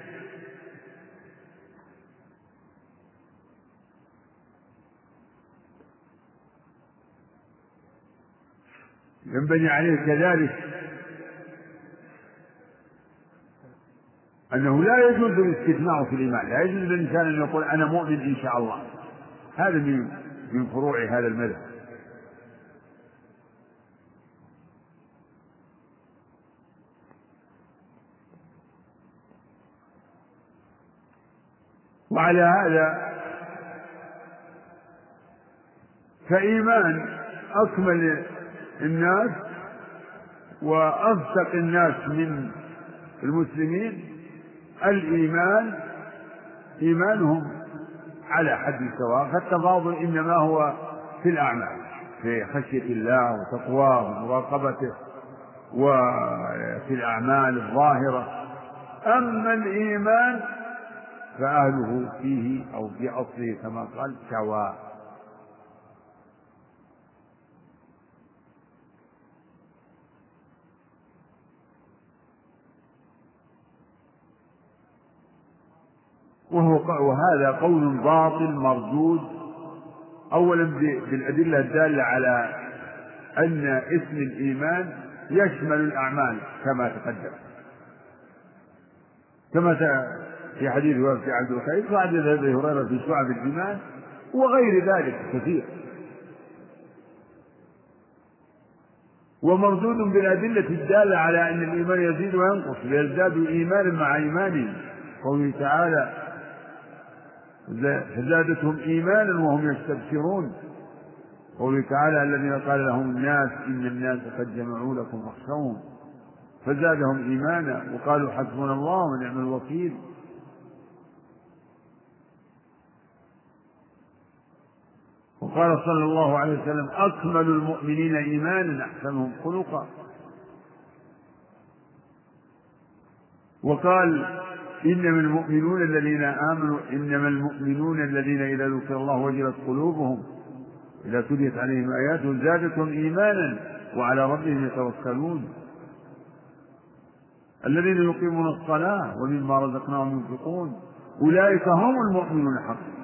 ينبني عليه كذلك أنه لا يجوز الاستثناء في الإيمان، لا يجوز للإنسان أن يقول أنا مؤمن إن شاء الله. هذا من من فروع هذا المذهب. وعلى هذا فإيمان أكمل الناس وأصدق الناس من المسلمين الإيمان إيمانهم على حد سواء، فالتفاضل إنما هو في الأعمال، في خشية الله وتقواه ومراقبته وفي الأعمال الظاهرة. أما الإيمان فأهله فيه أو في أصله كما قال سواء. وهو وهذا قول باطل مردود، أولا بالأدلة الدالة على أن اسم الإيمان يشمل الأعمال كما تقدم، كما في حديث وفد عبد الخير وحديث أبي هريرة في شعب الإيمان وغير ذلك كثير. ومردود بالأدلة الدالة على أن الإيمان يزيد وينقص ليزدادوا إيمانا مع إيمانهم، قوله تعالى فزادتهم إيمانا وهم يستبشرون، قوله تعالى الذين قال لهم الناس إن الناس قد جمعوا لكم فاخشوهم فزادهم إيمانا وقالوا حسبنا الله ونعم الوكيل. وقال صلى الله عليه وسلم أكمل المؤمنين إيمانا أحسنهم خلقا. وقال إنما المؤمنون الذين آمنوا إنما المؤمنون الذين إذا ذكر الله وجلت قلوبهم إذا تليت عليهم آياته زادتهم إيمانا وعلى ربهم يتوكلون الذين يقيمون الصلاة ومما رزقناهم ينفقون أولئك هم المؤمنون حقا.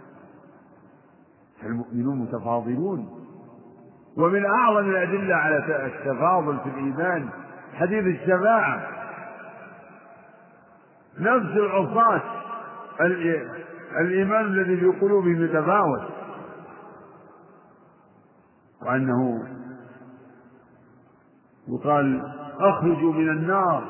المؤمنون متفاضلون. ومن أعظم الأدلة على التفاضل في الإيمان حديث الشفاعة. نفس العصاة الإيمان الذي في قلوبهم يتفاوت، وأنه يقال أخرجوا من النار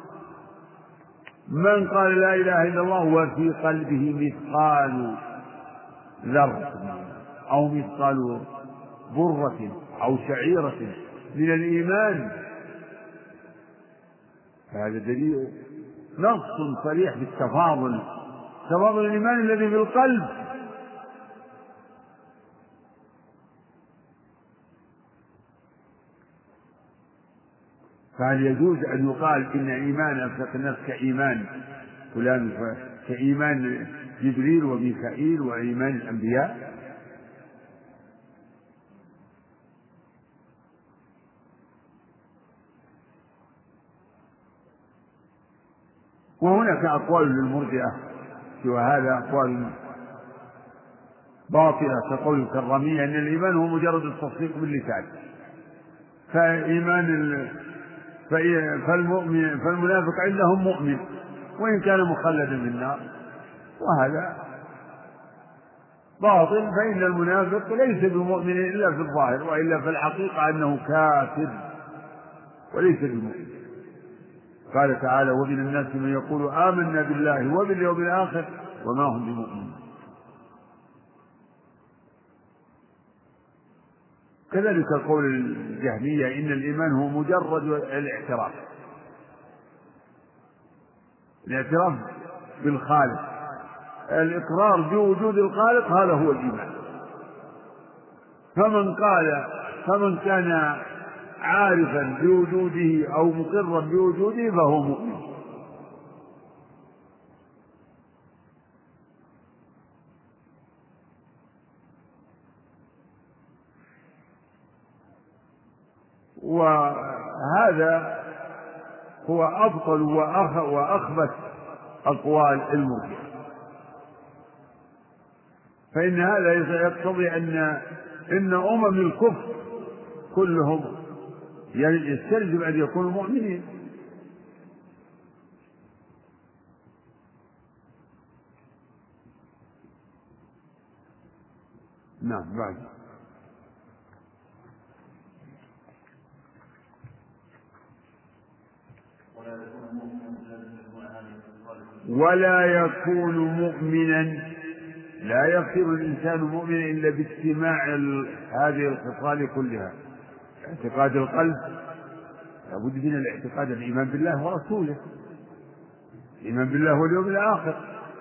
من قال لا إله إلا الله وفي قلبه مثقال ذرة أو مثقال برة أو شعيرة من الإيمان. فهذا دليل نص صريح بالتفاضل، تفاضل الإيمان الذي في القلب. فهل يجوز أن يقال إن إيمان أفسق الناس كإيمان فلان كإيمان جبريل وميكائيل وإيمان الأنبياء؟ وهناك أقوال للمرجئة سوى هذا، أقوال باطلة كقول الكرامية أن الإيمان هو مجرد التصديق باللسان، فإيمان فالمؤمن فالمنافق عندهم مؤمن وإن كان مخلدا في النار، وهذا باطل. فإن المنافق ليس بمؤمن إلا في الظاهر، وإلا في الحقيقة أنه كافر وليس بمؤمن. قال تعالى ومن الناس من يقول آمنا بالله وباليوم الآخر وما هم بمؤمنين. كذلك قول الجهمية إن الإيمان هو مجرد الاعتراف الاعتراف بالخالق، الإقرار بوجود الخالق، هذا هو الإيمان. فمن قال فمن كان عارفا بوجوده أو مقرا بوجوده فهو مؤمن. وهذا هو أبطل وأخبث أقوال المرجئة، فإن هذا يقتضي أن إن أمم الكفر كلهم يستلزم أن يكونوا مؤمنين. نعم. بعد ولا يكون مؤمنا، لا يصير الإنسان مؤمنا إلا باجتماع هذه الخصال كلها: اعتقاد القلب، لابد من الاعتقاد الإيمان بالله ورسوله، الإيمان بالله واليوم الآخر،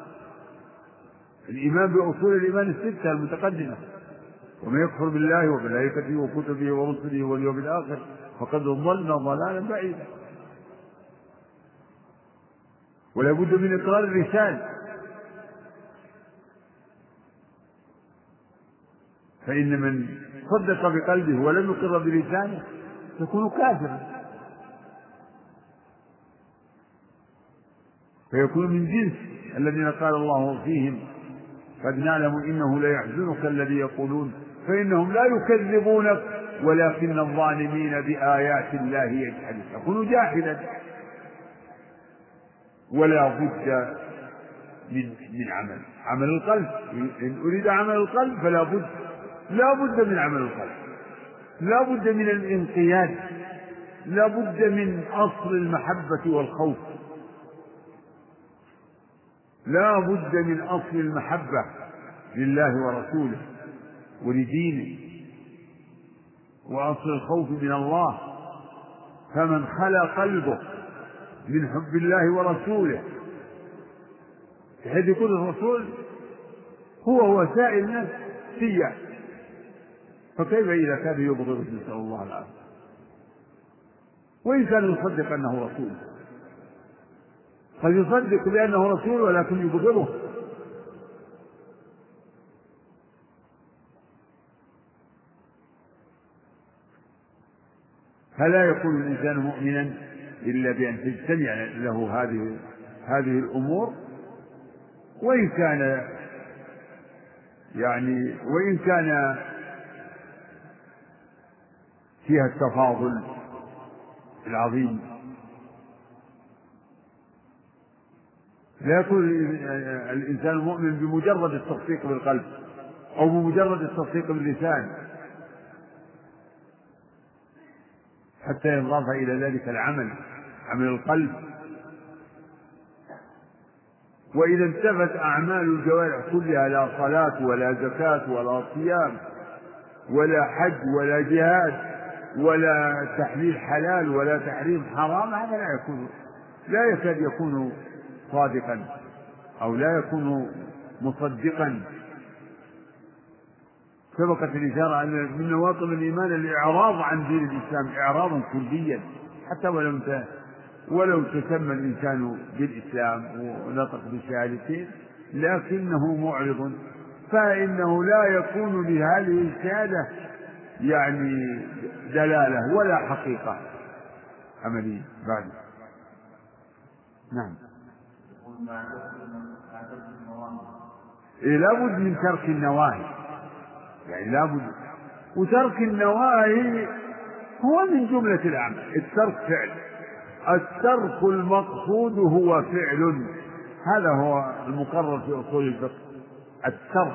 الإيمان بأصول الإيمان الستة المتقدمة: ومن يكفر بالله وملائكته وكتبه ورسله واليوم الآخر فقد ضل ضلالا بعيدا. ولا بد من إقرار الرسالة، فإن من صدق بقلبه ولم يقر بلسانه يكون كافرا، فيكون من جنس الذين قال الله فيهم قد نعلم إنه ليحزنك الذي يقولون فإنهم لا يكذبونك ولكن الظالمين بآيات الله يجحدون. يكون جاحدا. ولا بد من من عمل عمل القلب. إن أريد عمل القلب فلا بد لا بد من عمل القلب، لا بد من الانقياد، لا بد من أصل المحبة والخوف، لا بد من أصل المحبة لله ورسوله ولدينه، وأصل الخوف من الله فمن خلا قلبه من حب الله ورسوله بحيث يكون الرسول هو هو سائل الناس سيئ، فكيف إذا كان يبغض؟ نسأل الله العافية. وإن كان يصدق أنه رسول، قد يصدق بأنه رسول ولكن يبغضه. فلا يكون الإنسان مؤمنا إلا بأن تجتمع له هذه هذه الأمور، وإن كان يعني وإن كان فيها التفاضل العظيم. لا يكون الإنسان المؤمن بمجرد التصديق بالقلب أو بمجرد التصديق باللسان، حتى ينضاف إلى ذلك العمل، عمل القلب. وإذا انتفت أعمال الجوارح كلها، لا صلاة ولا زكاة ولا صيام ولا حج ولا جهاد ولا تحليل حلال ولا تحريم حرام، هذا لا يكون لا يكاد يكون صادقا أو لا يكون مصدقا. سبقت الإشارة أن من نواقض الإيمان الإعراض عن دين الإسلام إعراضا كليا، حتى ولو ولو تسمى الإنسان بالإسلام ونطق بالشهادتين لكنه معرض، فإنه لا يكون لهذه الشهادة يعني دلالة ولا حقيقة عملية بعد. نعم. إيه لابد من ترك النواهي، يعني لابد، وترك النواهي هو من جملة الأعمال. الترك فعل، الترك المقصود هو فعل، هذا هو المقرر في أصول الفقه. الترك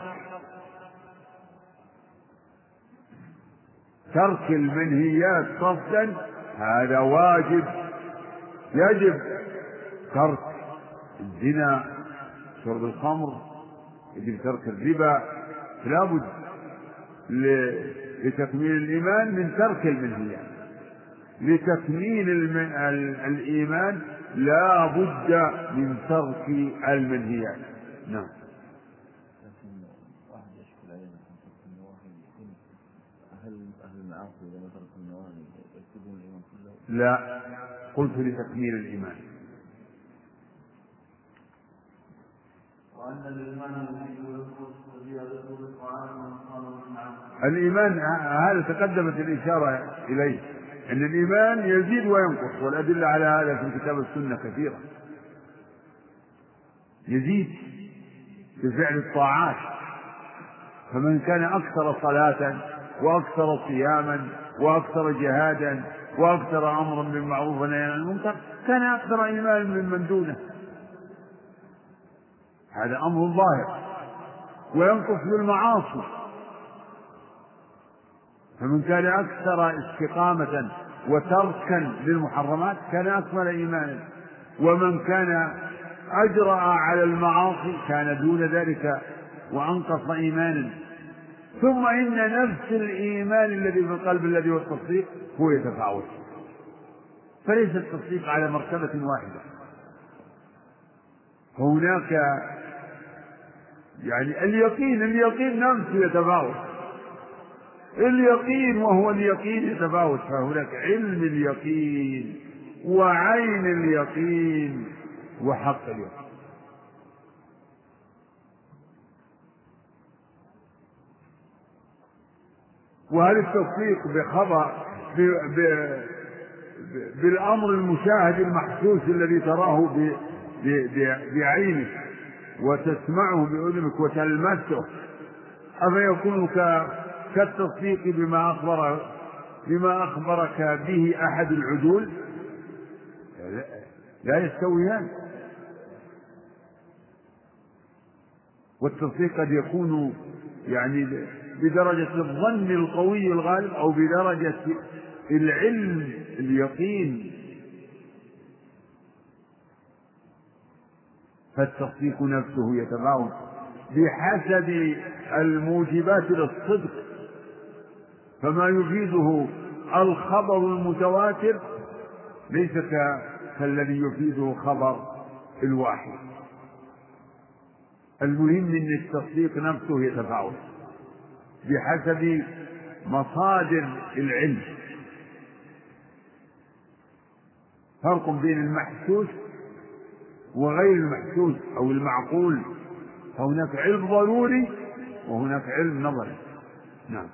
ترك المنهيات قصدا هذا واجب، يجب ترك الزنا، شرب الخمر، يجب ترك الربا. لا بد لتكميل الإيمان من ترك المنهيات. لتكميل الإيمان لا بد من ترك المنهيات. نعم. لا، قلت لتكميل الإيمان. الإيمان هذا تقدمت الإشارة إليه، أن الإيمان يزيد وينقص، والأدلة على هذا في الكتاب والسنة كثيرة. يزيد بفعل الطاعات، فمن كان أكثر صلاة وأكثر صياما وأكثر جهادا وأكثر أمرا بالمعروف ونهيا عن المنكر كان أكثر إيمانا ممن دونه. هذا أمر ظاهر. وينقص بالمعاصي، فمن كان أكثر استقامة وتركا للمحرمات كان أكمل إيمانا، ومن كان أجرأ على المعاصي كان دون ذلك وأنقص إيمانا. ثم إن نفس الإيمان الذي في القلب الذي هو التصديق هو يتفاوت، فليس التصديق على مرتبة واحدة. فهناك يعني اليقين اليقين نفسه يتفاوت، اليقين وهو اليقين يتفاوت. فهناك علم اليقين وعين اليقين وحق اليقين. وهل التصديق بخبر بالأمر المشاهد المحسوس الذي تراه بعينك وتسمعه بأذنك وتلمسه أفيكون كالتصديق بما أخبر بما أخبرك به أحد العدول؟ لا يستويان. والتصديق قد يكون يعني بدرجة الظن القوي الغالب أو بدرجة العلم اليقين. فالتصديق نفسه يتفاوت بحسب الموجبات للصدق، فما يفيده الخبر المتواتر ليس كالذي يفيده خبر الواحد. المهم أن التصديق نفسه يتفاوت بحسب مصادر العلم. فرق بين المحسوس وغير المحسوس أو المعقول، فهناك علم ضروري وهناك علم نظري. نعم.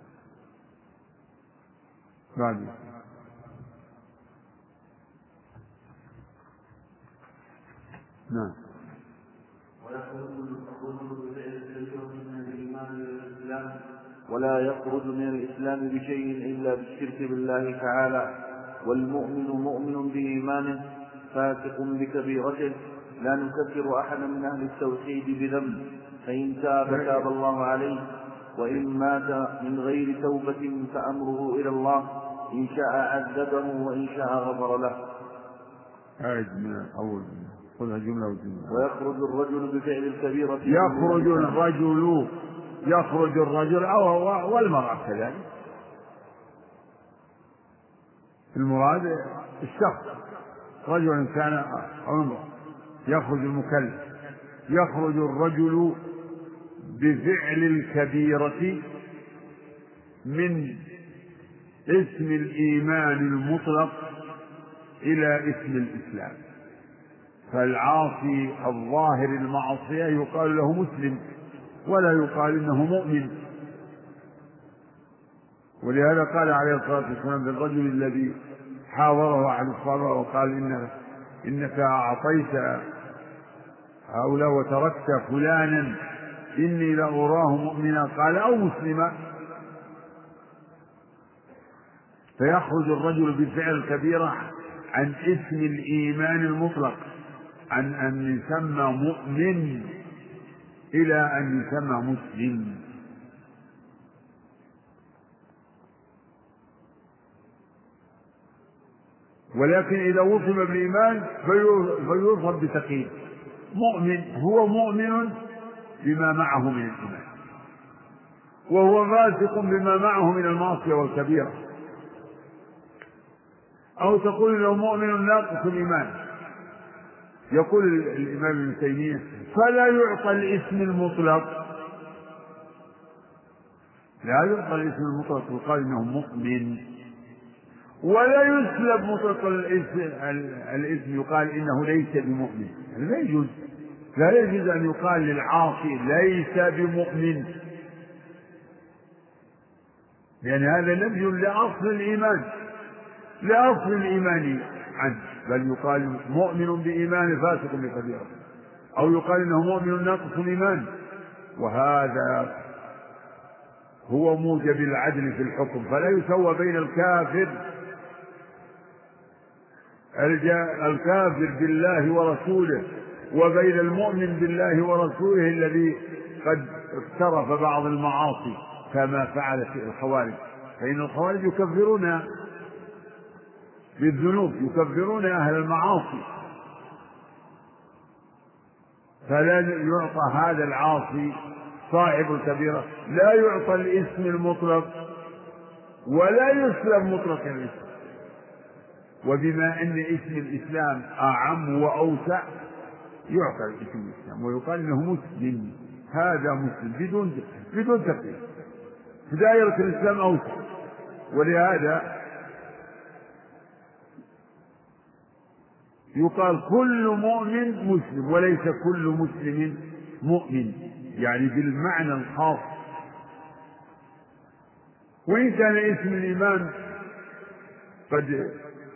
بعد نعم. ولا يخرج من الإسلام بشيء إلا بالشرك بالله تعالى. والمؤمن مؤمن بإيمانه فاسق بكبيرته. لا نكفر أحدا من أهل التوحيد بذنب، فإن تاب تاب الله عليه، وإن مات من غير توبة فأمره إلى الله، إن شاء عذبه وإن شاء غفر له. أول خذها جملة وجملة. ويخرج الرجل بفعل الكبيرة. يخرج الرجل يخرج الرجل أو والمرأة كذلك. المراد الشخص، رجل كان أو امرأة. يخرج المكلف. يخرج الرجل بفعل الكبيرة من اسم الإيمان المطلق إلى اسم الإسلام. فالعاصي الظاهر المعصية يقال له مسلم ولا يقال إنه مؤمن. ولهذا قال عليه الصلاة والسلام للرجل الذي حاوره أحد الصحابة وقال إن إنك أعطيت هؤلاء وتركت فلانا إني لأراه مؤمنا، قال أو مسلما. فيخرج الرجل بالفعل الكبيرة عن اسم الإيمان المطلق، عن أن يسمى مؤمن إلى أن يسمى مسلم. ولكن إذا وصف بالإيمان فيوصف بتقييد. مؤمن هو مؤمن بما معه من الإيمان، وهو فاسق بما معه من المعصية والكبيرة. أو تقول له مؤمن ناقص الإيمان. يقول الإمام ابن تيمية فلا يعطى الاسم المطلق، لا يعطى الاسم المطلق وقال إنه مؤمن، ولا يسلب مطلق الاسم, الاسم يقال إنه ليس بمؤمن. لا يجوز لا يجوز أن يقال للعاصي ليس بمؤمن، لأن هذا نفي لأصل الإيمان لأصل الإيمان عنه. بل يقال مؤمن بإيمان فاسق بكبيرة، أو يقال إنه مؤمن ناقص الإيمان. وهذا هو موجب العدل في الحكم، فلا يسوى بين الكافر الكافر بالله ورسوله وبين المؤمن بالله ورسوله الذي قد اقترف بعض المعاصي كما فعلت الخوارج. فإن الخوارج يكفرون بالذنوب، يكفرون أهل المعاصي. فلا يعطى هذا العاصي صاحب الكبيرة لا يعطى الاسم المطلق ولا يسلب مطلق الاسم. وبما أن اسم الإسلام أعم وأوسع يعطى الاسم الإسلام ويقال إنه مسلم. هذا مسلم بدون بدون تقييد، في دائرة الإسلام أوسع. ولهذا يقال كل مؤمن مسلم وليس كل مسلم مؤمن، يعني بالمعنى الخاص. وإن كان اسم الإيمان قد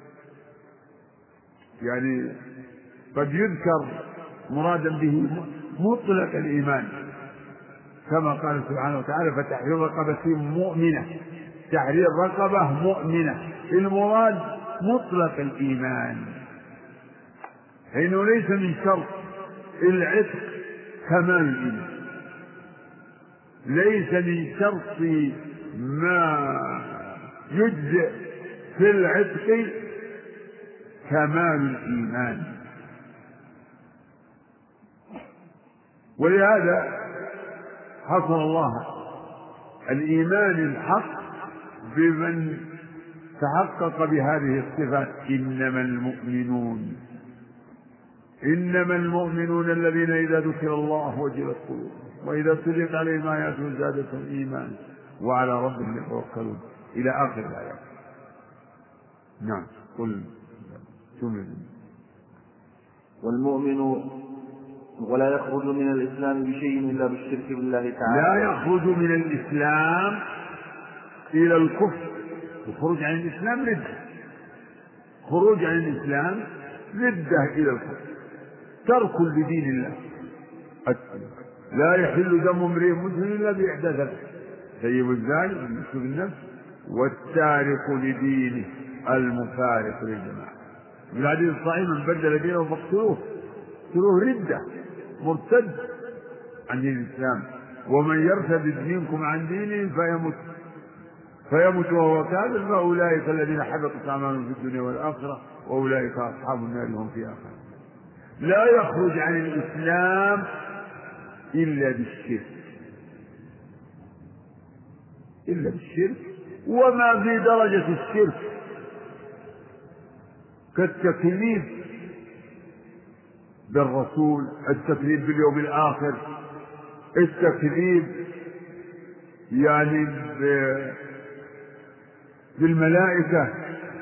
يعني قد يذكر مرادا به مطلق الإيمان، كما قال سبحانه وتعالى فتحرير رقبة مؤمنة، تحرير رقبة مؤمنة. المراد مطلق الإيمان، إنه ليس من شرط العتق كمال الإيمان، ليس من شرط ما يجزئ في العتق كمال الإيمان. ولهذا حصر الله الإيمان الحق بمن تحقق بهذه الصفات إنما المؤمنون إنما المؤمنون الذين إذا ذكر الله وجلت قلوبهم وإذا تليت عليهم آياته زادتهم إيمانا وعلى ربهم يتوكلون إلى آخر الآيات. نعم. قل جملة. والمؤمن ولا يخرج من الإسلام بشيء إلا بالشرك بالله تعالى. لا يخرج من الإسلام إلى الكفر. الخروج عن الإسلام ردة. خروج عن الإسلام ردة إلى الكفر، ترك لدين الله. لا يحل دم امرئ مسلم إلا بإحدى ثلاث: سيب الزاني والنفس بالنفس والتارك لدينه المفارق للجماعة. في الحديث الصحيح: من بدل دينه فاقتلوه. اقتلوه ردة، مرتد عن دين الإسلام. ومن يرتد منكم عن دينه فيمت فيمت وهو كافر فأولئك الذين حبطت أعمالهم في الدنيا والآخرة وأولئك أصحاب النار هم فيها خالدون. لا يخرج عن الإسلام إلا بالشرك إلا بالشرك وما في درجة الشرك كالتكذيب بالرسول، التكذيب باليوم الآخر، التكذيب يعني بالملائكة،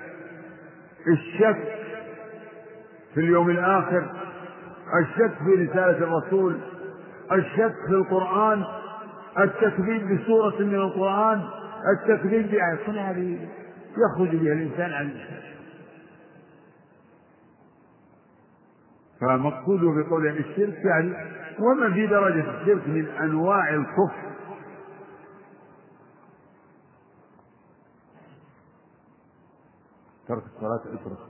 الشك في اليوم الآخر، الشك في رسالة الرسول، الشك في القرآن، التكذيب بسورة من القرآن، التكذيب بآية. كل هذه يخرج بها الإنسان عن الإسلام. فمقصوده بقول الشرك يعني وما في درجة الشرك من أنواع الكفر. ترك الصلاة إكراه.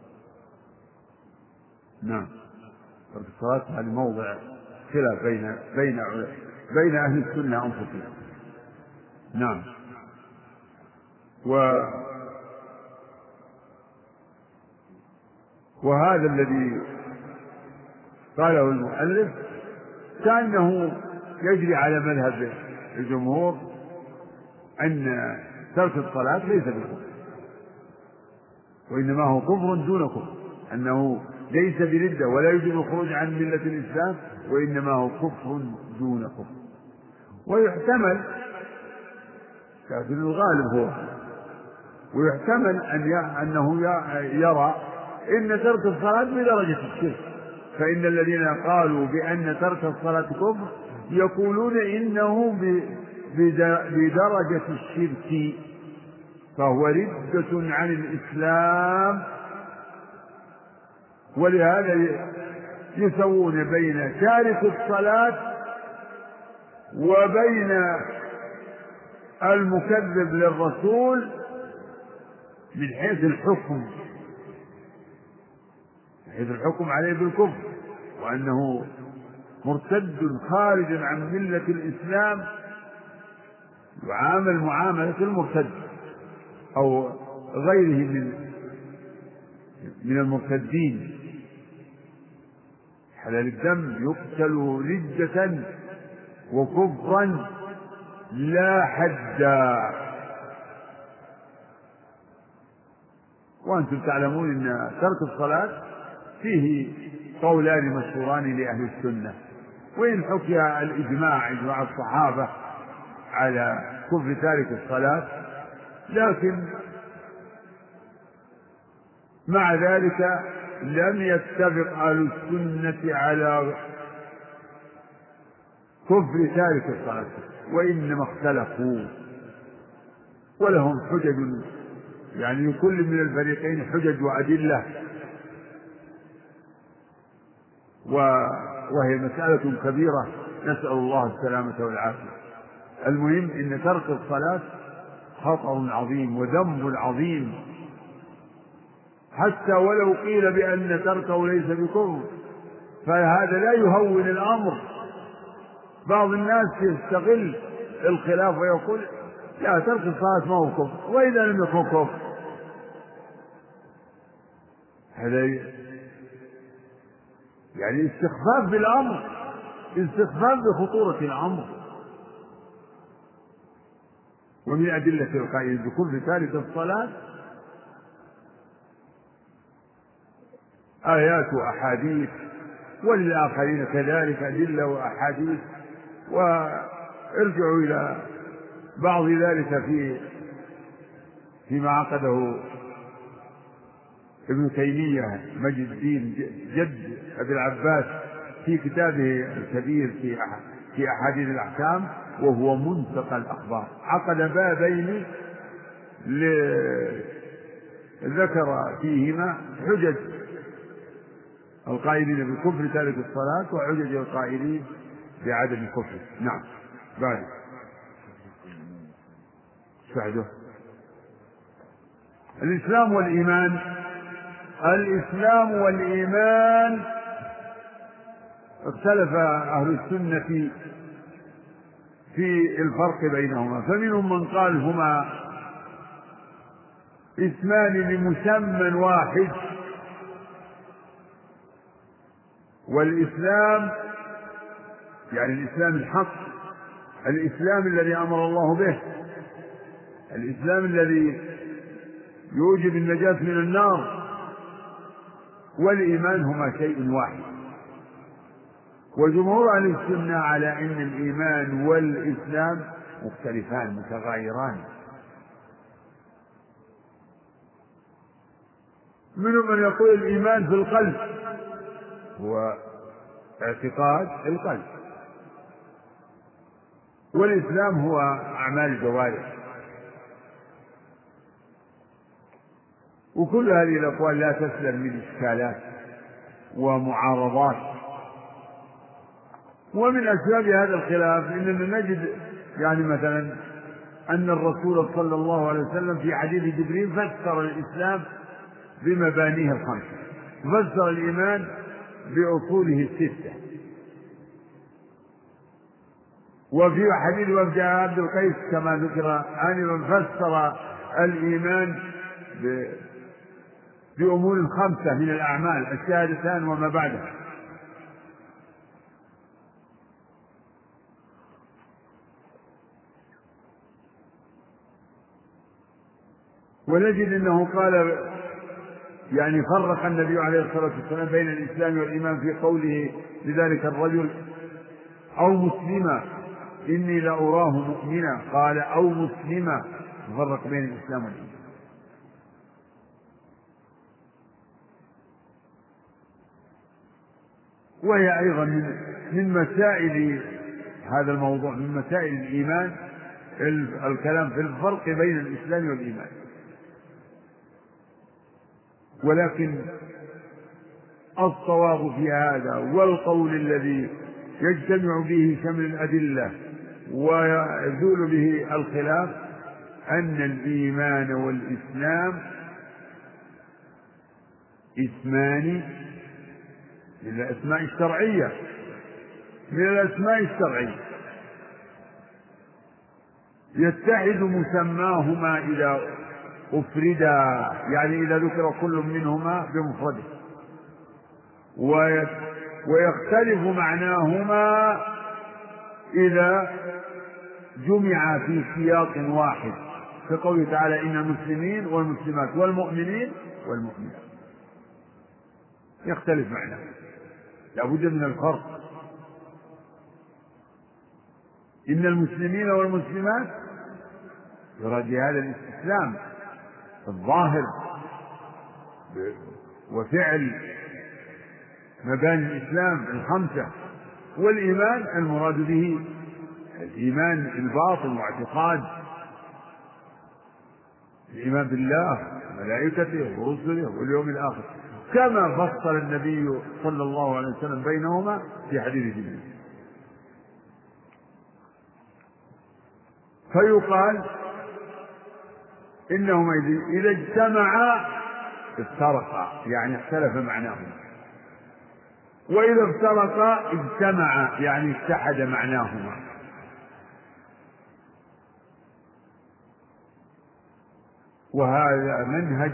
نعم. ترك الصلاة هذا موضع خلاف بين بين بين أهل السنة أنفسهم. نعم. و وهذا الذي قاله المؤلف كأنه يجري على مذهب الجمهور أن ترك الصلاة ليس بكفر، وإنما هو كفر دون كفر، أنه ليس بردة ولا يجب الخروج عن ملة الإسلام، وإنما هو كفر دون كفر. ويحتمل كافر الغالب هو، ويحتمل أن أنه يرى إن ترك الصلاة بدرجة الشرك، فإن الذين قالوا بأن ترك الصلاة كفر يقولون إنه بدرجة الشرك، فهو ردة عن الإسلام. ولهذا يسوون بين تارك الصلاة وبين المكذب للرسول من حيث الحكم، من حيث الحكم عليه بالكفر، وأنه مرتد خارج عن ملة الإسلام يعامل معاملة المرتد أو غيره من من المرتدين. حلال الدم يقتل ردة وكفرا لا حدا. وأنتم تعلمون أن ترك الصلاة فيه قولان مشهوران لأهل السنة، وإن حكي الإجماع إجماع الصحابة على كفر تارك الصلاة، لكن مع ذلك لم يتفق أهل السنة على كفر تارك الصلاة، وإنما اختلفوا، ولهم حجج، يعني لكل من الفريقين حجج وأدلة، وهي مسألة كبيرة، نسأل الله السلامة والعافية. المهم إن ترك الصلاة خطر عظيم وذنب عظيم، حتى ولو قيل بأن تركه ليس بكفر فهذا لا يهون الأمر. بعض الناس يستغل الخلاف ويقول لا ترك الصلاة ما هو كفر، وإذا لم يكن كفر هذا يعني استخفاف بالأمر، استخفاف بخطورة الأمر. ومن أدلة القائل بكفر تارك الصلاة آيات وأحاديث، وللآخرين كذلك أدلة وأحاديث. وارجعوا إلى بعض ذلك في فيما عقده ابن تيمية مجد الدين جد أبي العباس في كتابه الكبير في في أحاديث الأحكام، وهو منتقى الأخبار. عقد بابين ذكر فيهما حجج القائلين بكفر تارك الصلاة وحجج القائلين بعدم الكفر. نعم. بعد سعده الإسلام والإيمان. الإسلام والإيمان اختلف أهل السنة في في الفرق بينهما، فمنهم من قال هما اسمان لمسمى واحد، والإسلام يعني الإسلام الحق، الإسلام الذي أمر الله به، الإسلام الذي يوجب النجاة من النار، والإيمان هما شيء واحد. وجمهور أهل السنة على أن الإيمان والإسلام مختلفان متغايران. منهم من يقول الإيمان في القلب هو اعتقاد القلب، والإسلام هو أعمال الجوارح. وكل هذه الأقوال لا تسلم من إشكالات ومعارضات. ومن أسباب هذا الخلاف إننا نجد يعني مثلا أن الرسول صلى الله عليه وسلم في حديث جبريل فسر الإسلام بمبانيه الخمسة، فسر الإيمان بأصوله الستة. وفي حديث وفد عبد القيس كما ذكر آنفا فسر الإيمان بأمور خمسة من الأعمال، الشهادتان وما بعدها. ونجد أنه قال يعني فرق النبي عليه الصلاة والسلام بين الإسلام والإيمان في قوله لذلك الرجل أو مسلما إني لأراه مؤمنا، قال أو مسلما، فرق بين الإسلام والإيمان. وهي أيضا من من مسائل هذا الموضوع، من مسائل الإيمان الكلام في الفرق بين الإسلام والإيمان. ولكن الصواب في هذا والقول الذي يجتمع به شمل الأدلة ويزول به الخلاف أن الإيمان والإسلام اسمان من الأسماء الشرعية، من الأسماء الشرعية يتحد مسماهما إذا أفردا، يعني إذا ذكر كل منهما بمفرده، ويختلف معناهما إذا جمع في سياق واحد، كقوله تعالى إن المسلمين والمسلمات والمؤمنين والمؤمنات، يختلف معناه، لا بد من الفرق. إن المسلمين والمسلمات يراد هذا الاستسلام الظاهر وفعل مباني الإسلام الخمسة، والإيمان المراد به الإيمان الباطن واعتقاد الإيمان بالله وملائكته ورسله واليوم الآخر، كما فصل النبي صلى الله عليه وسلم بينهما في حديث جبريل. فيقال إنهما إذا اجتمعا افترقا، يعني اختلف معناهما، وإذا افترقا اجتمعا، يعني اتحد معناهما. وهذا منهج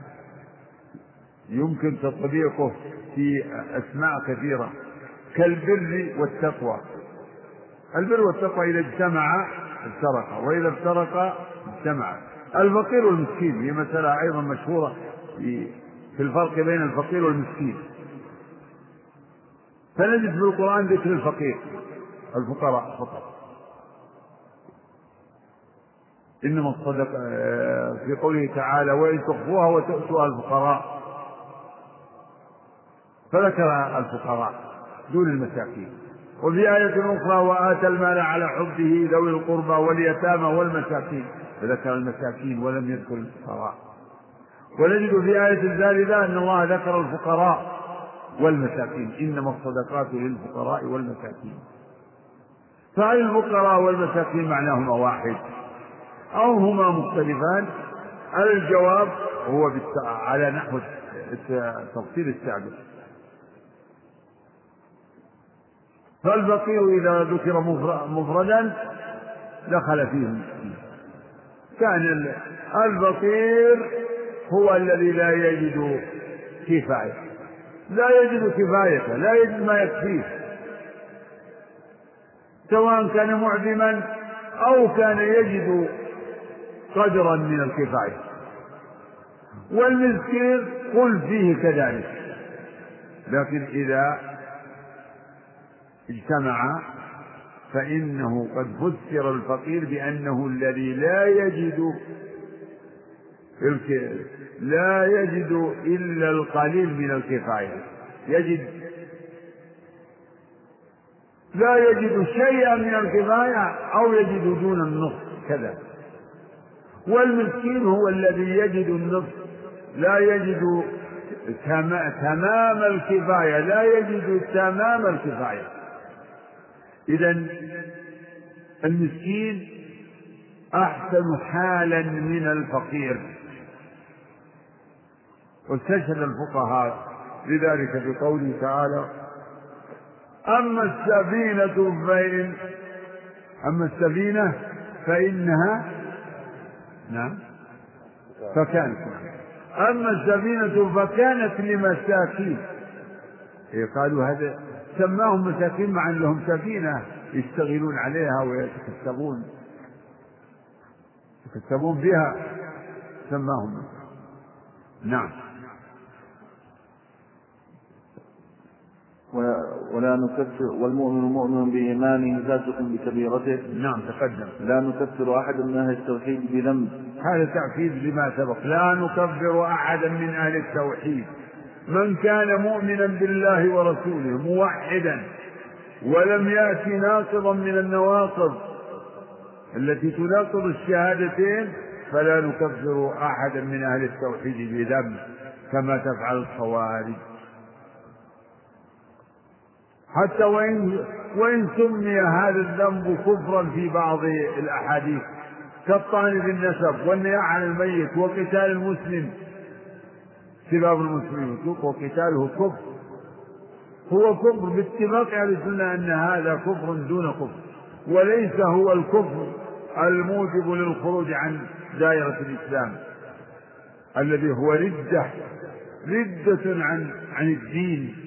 يمكن تطبيقه في أسماء كثيرة كالبر والتقوى. البر والتقوى إذا اجتمعا افترقا، وإذا افترقا اجتمعا. الفقير والمسكين هي مسألة أيضا مشهورة في في الفرق بين الفقير والمسكين، فنجد في القرآن ذكر الفقير الفقراء فقط، إنما الصدق في قوله تعالى وإن تخفوها وتؤتوها الفقراء، فذكر الفقراء دون المساكين. وفي آية أخرى وآتى المال على حبه ذوي القربى واليتامى والمساكين، فذكر المساكين ولم يذكر الفقراء. ونجد في آية الثالثة أن الله ذكر الفقراء والمساكين، إنما الصدقات للفقراء والمساكين. فهل الفقراء والمساكين معناهما واحد أو هما مختلفان؟ الجواب هو على نحو تفصيل السابق. فالفقير إذا ذكر مفردا دخل فيه المسكين. كان الفقير هو الذي لا يجد كفاية، لا يجد كفايته، لا يجد ما يكفيه، سواء كان معدما أو كان يجد قدرا من الكفاية. والمسكين قل فيه كذلك، لكن إذا اجتمع فإنه قد فسر الفقير بأنه الذي لا يجد لا يجد إلا القليل من الكفاية، يجد لا يجد شيئا من الكفاية أو يجد دون النصف كذا. والمسكين هو الذي يجد النصف، لا يجد تمام الكفاية، لا يجد تمام الكفاية. إذن المسكين أحسن حالا من الفقير، واستشهد الفقهاء لذلك في قوله تعالى أما السفينة فإن أما السفينة فإنها نعم فكانت أما السفينة فكانت لمساكين. قالوا هذا سماهم مساكين مع أن لهم سفينة يشتغلون عليها ويتكسبون يتكسبون بها، سماهم نعم. ولا نكفر والمؤمن مؤمن بإيمانه فاسق بكبيرته. نعم تقدم. لا نكفر أحد من أهل التوحيد بذنب، هذا تأكيد لما سبق. لا نكفر أحدا من أهل التوحيد، من كان مؤمنا بالله ورسوله موحدا ولم يأتي ناقضا من النواقض التي تناقض الشهادتين فلا نكفر أحدا من أهل التوحيد بذنب كما تفعل الخوارج. حتى وإن, وإن سمي هذا الذنب كفرا في بعض الأحاديث كالطعن في النسب والنهي عن الميت وقتال المسلم، سباب المسلمين وقتاله كفر، هو كفر باتفاق أهل السنة أن هذا كفر دون كفر، وليس هو الكفر الموجب للخروج عن دائرة الإسلام الذي هو ردة ردة عن عن الدين